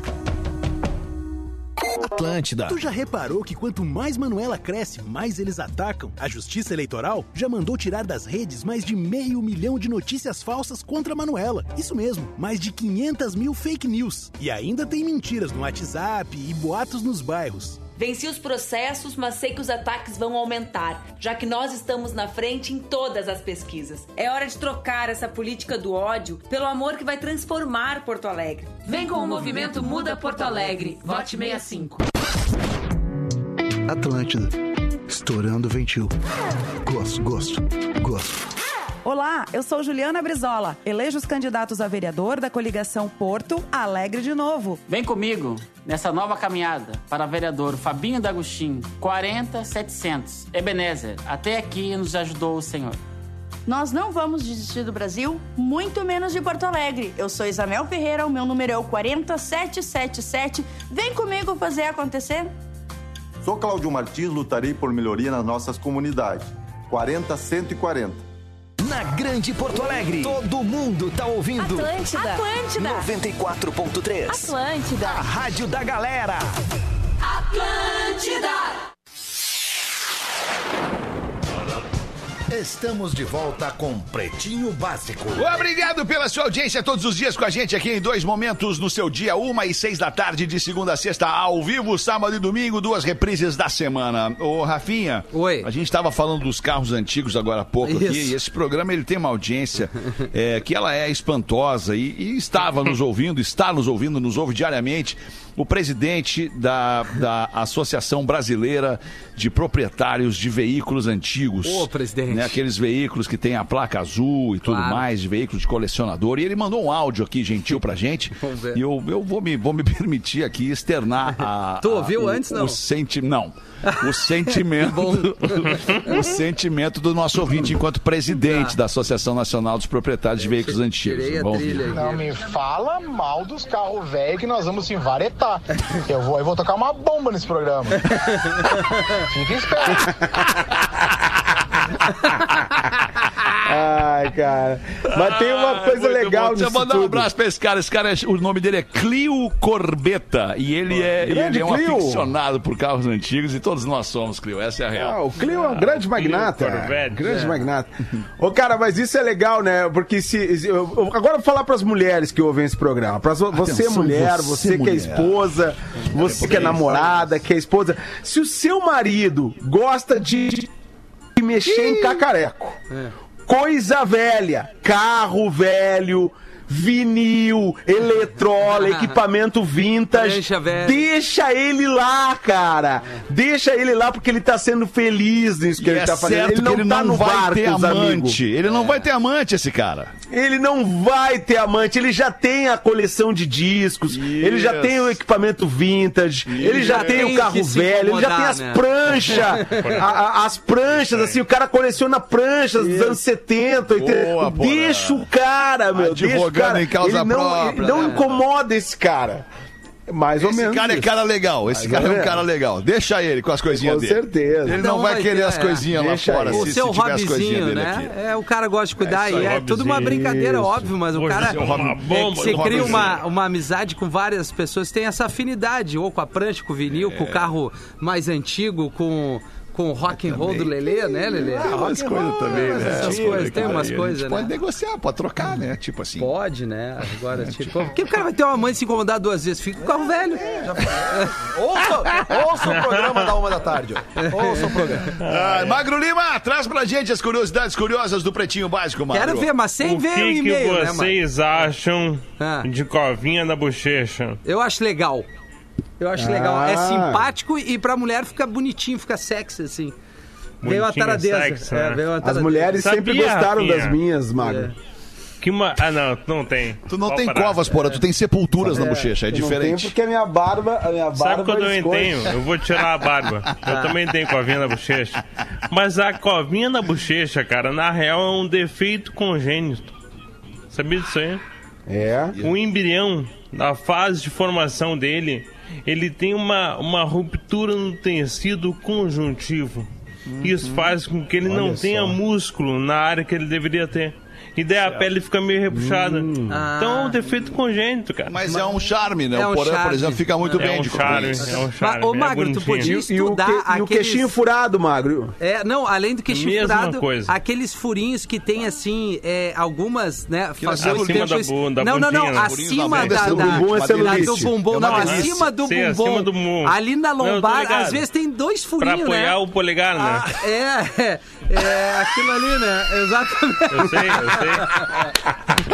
Atlântida. Tu já reparou que quanto mais Manuela cresce, mais eles atacam? A Justiça Eleitoral já mandou tirar das redes mais de meio milhão de notícias falsas contra a Manuela. Isso mesmo, mais de quinhentas mil fake news. E ainda tem mentiras no WhatsApp e boatos nos bairros. Venci os processos, mas sei que os ataques vão aumentar, já que nós estamos na frente em todas as pesquisas. É hora de trocar essa política do ódio pelo amor que vai transformar Porto Alegre. Vem com o movimento Muda Porto Alegre. Vote sessenta e cinco. Atlântida. Estourando o ventil. Gosto, gosto, gosto. Olá, eu sou Juliana Brizola. Elejo os candidatos a vereador da coligação Porto Alegre de Novo. Vem comigo nessa nova caminhada para vereador Fabinho D'Agostinho, quarenta setecentos. Ebenezer, até aqui nos ajudou o Senhor. Nós não vamos desistir do Brasil, muito menos de Porto Alegre. Eu sou Isamel Ferreira, o meu número é o quarenta sete sete sete. Vem comigo fazer acontecer. Sou Cláudio Martins, lutarei por melhoria nas nossas comunidades. quarenta cento e quarenta. Na Grande Porto Alegre, todo mundo tá ouvindo. Atlântida. Atlântida. noventa e quatro ponto três. Atlântida. A rádio da galera. Atlântida. Estamos de volta com Pretinho Básico. Obrigado pela sua audiência todos os dias com a gente aqui em dois momentos no seu dia, uma e seis da tarde, de segunda a sexta, ao vivo, sábado e domingo, duas reprises da semana. Ô, Rafinha, Oi. A gente estava falando dos carros antigos agora há pouco Isso. aqui, e esse programa ele tem uma audiência é, que ela é espantosa e, e estava nos ouvindo, está nos ouvindo, nos ouve diariamente. O presidente da, da Associação Brasileira de Proprietários de Veículos Antigos. Ô, presidente. Né, aqueles veículos que tem a placa azul e tudo Claro. mais, de veículos de colecionador. E ele mandou um áudio aqui, gentil, pra gente. Vamos ver. E eu, eu vou, me, vou me permitir aqui externar a... Tu a- ouviu o, antes, não? O senti... Não. O sentimento... o sentimento do nosso ouvinte enquanto presidente da Associação Nacional dos Proprietários de Veículos Antigos. tirei a Vamos trilha ver. aqui. Não me fala mal dos carros velhos que nós vamos se envaretar. Eu vou, eu vou tocar uma bomba nesse programa. Fica esperto. Ai, cara. Mas tem uma coisa Muito legal bom. Deixa eu nisso mandar um tudo. abraço pra esse cara. Esse cara, é- o nome dele é Clio Corbetta. E ele é, e Grande ele é um Clio. aficionado por carros antigos e todos nós somos, Clio. Essa é a real. Ah, o Clio é um grande magnata. Corvette. Grande É. magnata. Ô, cara, mas isso é legal, né? Porque se. se- eu- eu- agora eu vou falar pras mulheres que ouvem esse programa. Pra vo- você, Atenção, mulher, você, você, que é mulher. esposa, você que é namorada, que é esposa. Se o seu marido gosta de, de mexer em cacareco, coisa velha, carro velho, vinil, eletrola, equipamento vintage. Deixa, velho. Deixa ele lá, cara. Deixa ele lá porque ele tá sendo feliz nisso que E ele é tá fazendo. certo Ele não que ele tá não no vai bar ter com os amante. amigos. Ele não vai ter amante, esse cara. Ele não vai ter amante, ele já tem a coleção de discos, ele já tem o equipamento vintage, ele já tem o carro velho, ele já tem as né? pranchas, a- a- as pranchas, assim, o cara coleciona pranchas dos anos setenta, oitenta. Boa, Porã. Deixa o cara, meu, deixa o Advogando cara. em causa ele não, própria, ele não né? incomoda esse cara. Mais ou Esse menos. cara é isso. cara legal. Esse Mais cara ou é um menos. cara legal. Deixa ele com as coisinhas Com dele. certeza. Ele Então não vai vai querer ter, as é. coisinhas lá Deixa fora ele. O se, seu se tiver as coisinhas hobbyzinho, dele né? aqui. É, o cara gosta de cuidar É isso e aí, é tudo uma hobbyzinho. brincadeira, Isso. óbvio, mas o Hoje cara é uma é bomba que você do cria hobbyzinho. uma, uma amizade com várias pessoas, tem essa afinidade, ou com a prancha, com o vinil, com o carro mais antigo, com com o rock and roll do Lelê, né, Lelê? Tem umas coisas também, né? Essas Tipo, coisas, tem cara, umas e a coisas, gente né? pode negociar, pode trocar, né? Tipo assim. Pode, né? Agora, tipo... Por que o cara vai ter uma mãe se incomodar duas vezes? Fica com o carro velho. Ouça, ouça o programa da uma da tarde. ó. Ouça o programa. Ah, Magro Lima, traz pra gente as curiosidades curiosas do Pretinho Básico, Magro. Quero ver, mas sem O ver o que, que e-mail, né, mano? vocês acham Ah. de covinha na bochecha? Eu acho legal. Eu acho Ah. legal. É simpático e pra mulher fica bonitinho, fica sexy, assim. Veio a Bonitinho, taradeza. sexy, É, né? veio a As taradeza. mulheres sempre Sabia, gostaram Rafinha? das minhas, Magro. Que uma... Ah, não, tu não tem. Tu não Pode tem parar. covas, porra, tu tem sepulturas na bochecha, é Eu não tenho diferente. porque a minha barba, a minha barba Sabe quando eu esconde. tenho? Eu vou tirar a barba. Eu também tenho covinha na bochecha. Mas a covinha na bochecha, cara, na real é um defeito congênito. Sabia disso aí? É. O embrião, na fase de formação dele, ele tem uma, uma ruptura no tecido conjuntivo. Isso faz com que ele não Olha tenha só. músculo na área que ele deveria ter. E daí a pele fica meio repuxada. Então é um defeito congênito, cara. Mas é um charme, né? É o um Porã, por charme. exemplo, fica muito É bem um de charme, cobrir. é um charme. Ô, Magro, é tu bonitinho. podia E o, estudar que- e o aqueles... queixinho furado, Magro. É, não, além do queixinho Mesma furado, coisa. aqueles furinhos que tem, assim, é, algumas, né? é fazendo acima tempo da isso- bu- da Não, não, não, bundinha, né? acima Furinhos na da, bunda, da, bumbum é da- celulite. do bumbum, É uma não, delícia. acima do Sim, bumbum, acima do bumbum. ali na Não, eu tô lombar, ligado. às vezes tem dois Pra furinhos, apoiar né? o polegar, né? Ah, é, é, é aquilo ali, né? Exatamente. Eu sei, eu sei.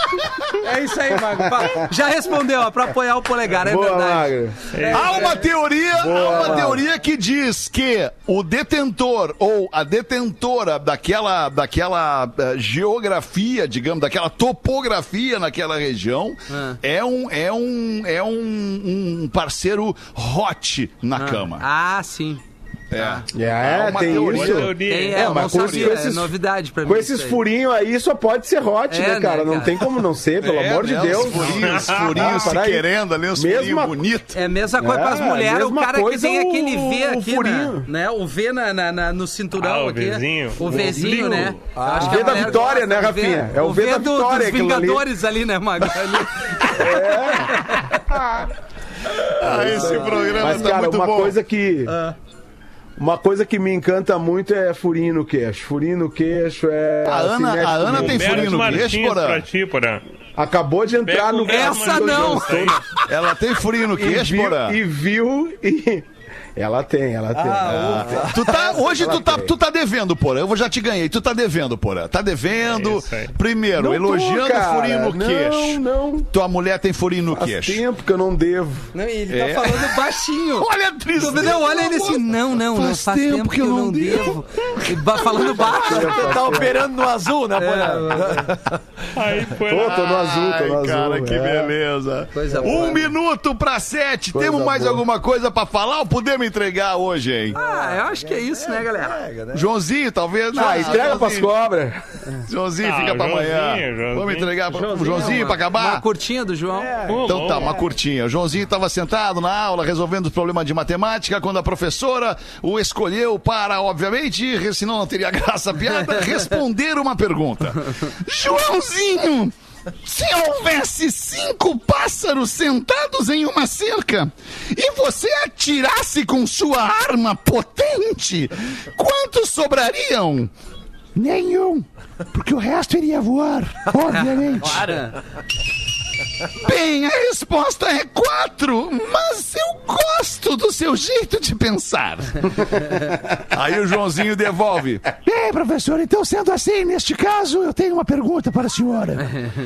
É isso aí, Magro. Fala. Já respondeu, ó, pra apoiar o polegar, é Boa, verdade. Magro. É, Há uma teoria, Boa, há uma Magro. teoria que diz que o detentor ou a detentora daquela, daquela eh, geografia, digamos, daquela topografia naquela região Ah. é um é um é um, um parceiro hot na cama. Ah, sim. É. É, uma tem teoria. isso. Tem, é, É, eu mas não com sabia, esses- é novidade pra mim. Com isso esses aí. furinhos aí só pode ser hot, É, né, cara? né, Não cara? tem como não ser, pelo É, amor de né, Deus. Os furinhos, furinhos Ah, se peraí. querendo ali, os Mesma- furinhos bonitos. É a mesma coisa É, com as mulheres, o mesma cara que coisa tem o- aquele V o aqui, furinho. né? né? O V na, na- na- no cinturão Ah, o aqui. Vzinho. O O Vzinho, ombligo. né? Eu Ah, acho o que a V da mulher vitória, gosta né, do Rafinha? É o V da do- vitória, dos aquilo ali. Vingadores ali, né, Mago? Ali. Ah, esse programa Mas, tá cara, muito uma bom. coisa que. Uma coisa que me encanta muito é furinho no queixo. Furinho no queixo é. A se Ana- mexe a Ana comigo. tem furinho no queixo, Martins Porã? pra ti, Porã. Acabou de entrar Pega no o Essa carro do não! Johnson Ela tem furinho no E queixo, viu, Porã? e viu e. Ela tem, ela tem. Ah, Ah, Tu tá, hoje ela tu tá, tem. tu tá devendo, Porã. Eu vou- já te ganhei. Tu tá devendo, Porã. Tá devendo. É isso aí. Primeiro, Não tô, elogiando cara. furinho no Não, queixo. não. Tua mulher tem furinho no Faz queixo. tempo que eu não devo. Não, e ele É. tá falando baixinho. Olha a tristeza. Não, olha ele assim, não, não, não, faz tempo que eu não devo. E ba- Falando baixo. Tá operando no azul, né, Porã? Aí foi Tô, tô no azul, tô no Ai, azul. cara, que é. beleza. Coisa um boa. minuto pra sete. Coisa Temos mais boa. alguma coisa pra falar ou podemos entregar hoje, hein? Ah, eu acho que é isso, né, galera? Joãozinho, talvez. Ah, entrega pras Joãozinho. cobras. Joãozinho Ah, fica pra Joãozinho, amanhã. Joãozinho. Vamos entregar pro Joãozinho, Joãozinho pra acabar? Uma curtinha do João. Então tá, uma curtinha. O Joãozinho estava sentado na aula resolvendo os problemas de matemática quando a professora o escolheu para, obviamente, senão não teria graça a piada, responder uma pergunta. Joãozinho, se houvesse cinco pássaros sentados em uma cerca e você atirasse com sua arma potente, quantos sobrariam? Nenhum, porque o resto iria voar, obviamente. Bem, a resposta é quatro, mas eu gosto do seu jeito de pensar. Aí o Joãozinho devolve. Bem, professor, então sendo assim, neste caso, eu tenho uma pergunta para a senhora.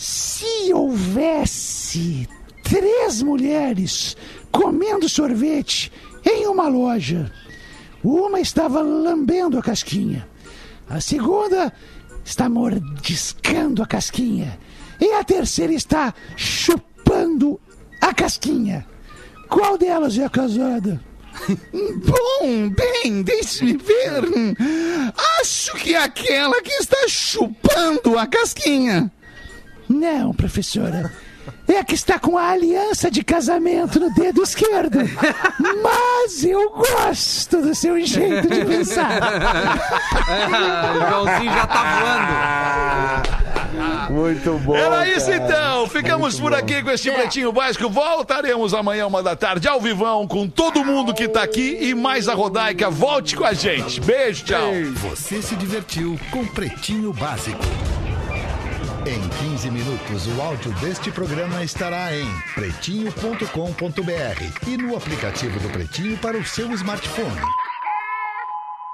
Se houvesse três mulheres comendo sorvete em uma loja, uma estava lambendo a casquinha, a segunda está mordiscando a casquinha e a terceira está chupando a casquinha. Qual delas é a casada? Bom, bem, deixe-me ver. Acho que é aquela que está chupando a casquinha. Não, professora. É a que está com a aliança de casamento no dedo esquerdo. Mas eu gosto do seu jeito de pensar. O Joãozinho já tá voando. Muito bom. Era isso cara. então. Ficamos Muito por bom. aqui com este Pretinho Básico. Voltaremos amanhã, uma da tarde, ao vivão, com todo mundo que tá aqui e mais a Rodaica. Volte com a gente. Beijo, tchau. Você se divertiu com Pretinho Básico. Em quinze minutos, o áudio deste programa estará em pretinho ponto com ponto br e no aplicativo do Pretinho para o seu smartphone.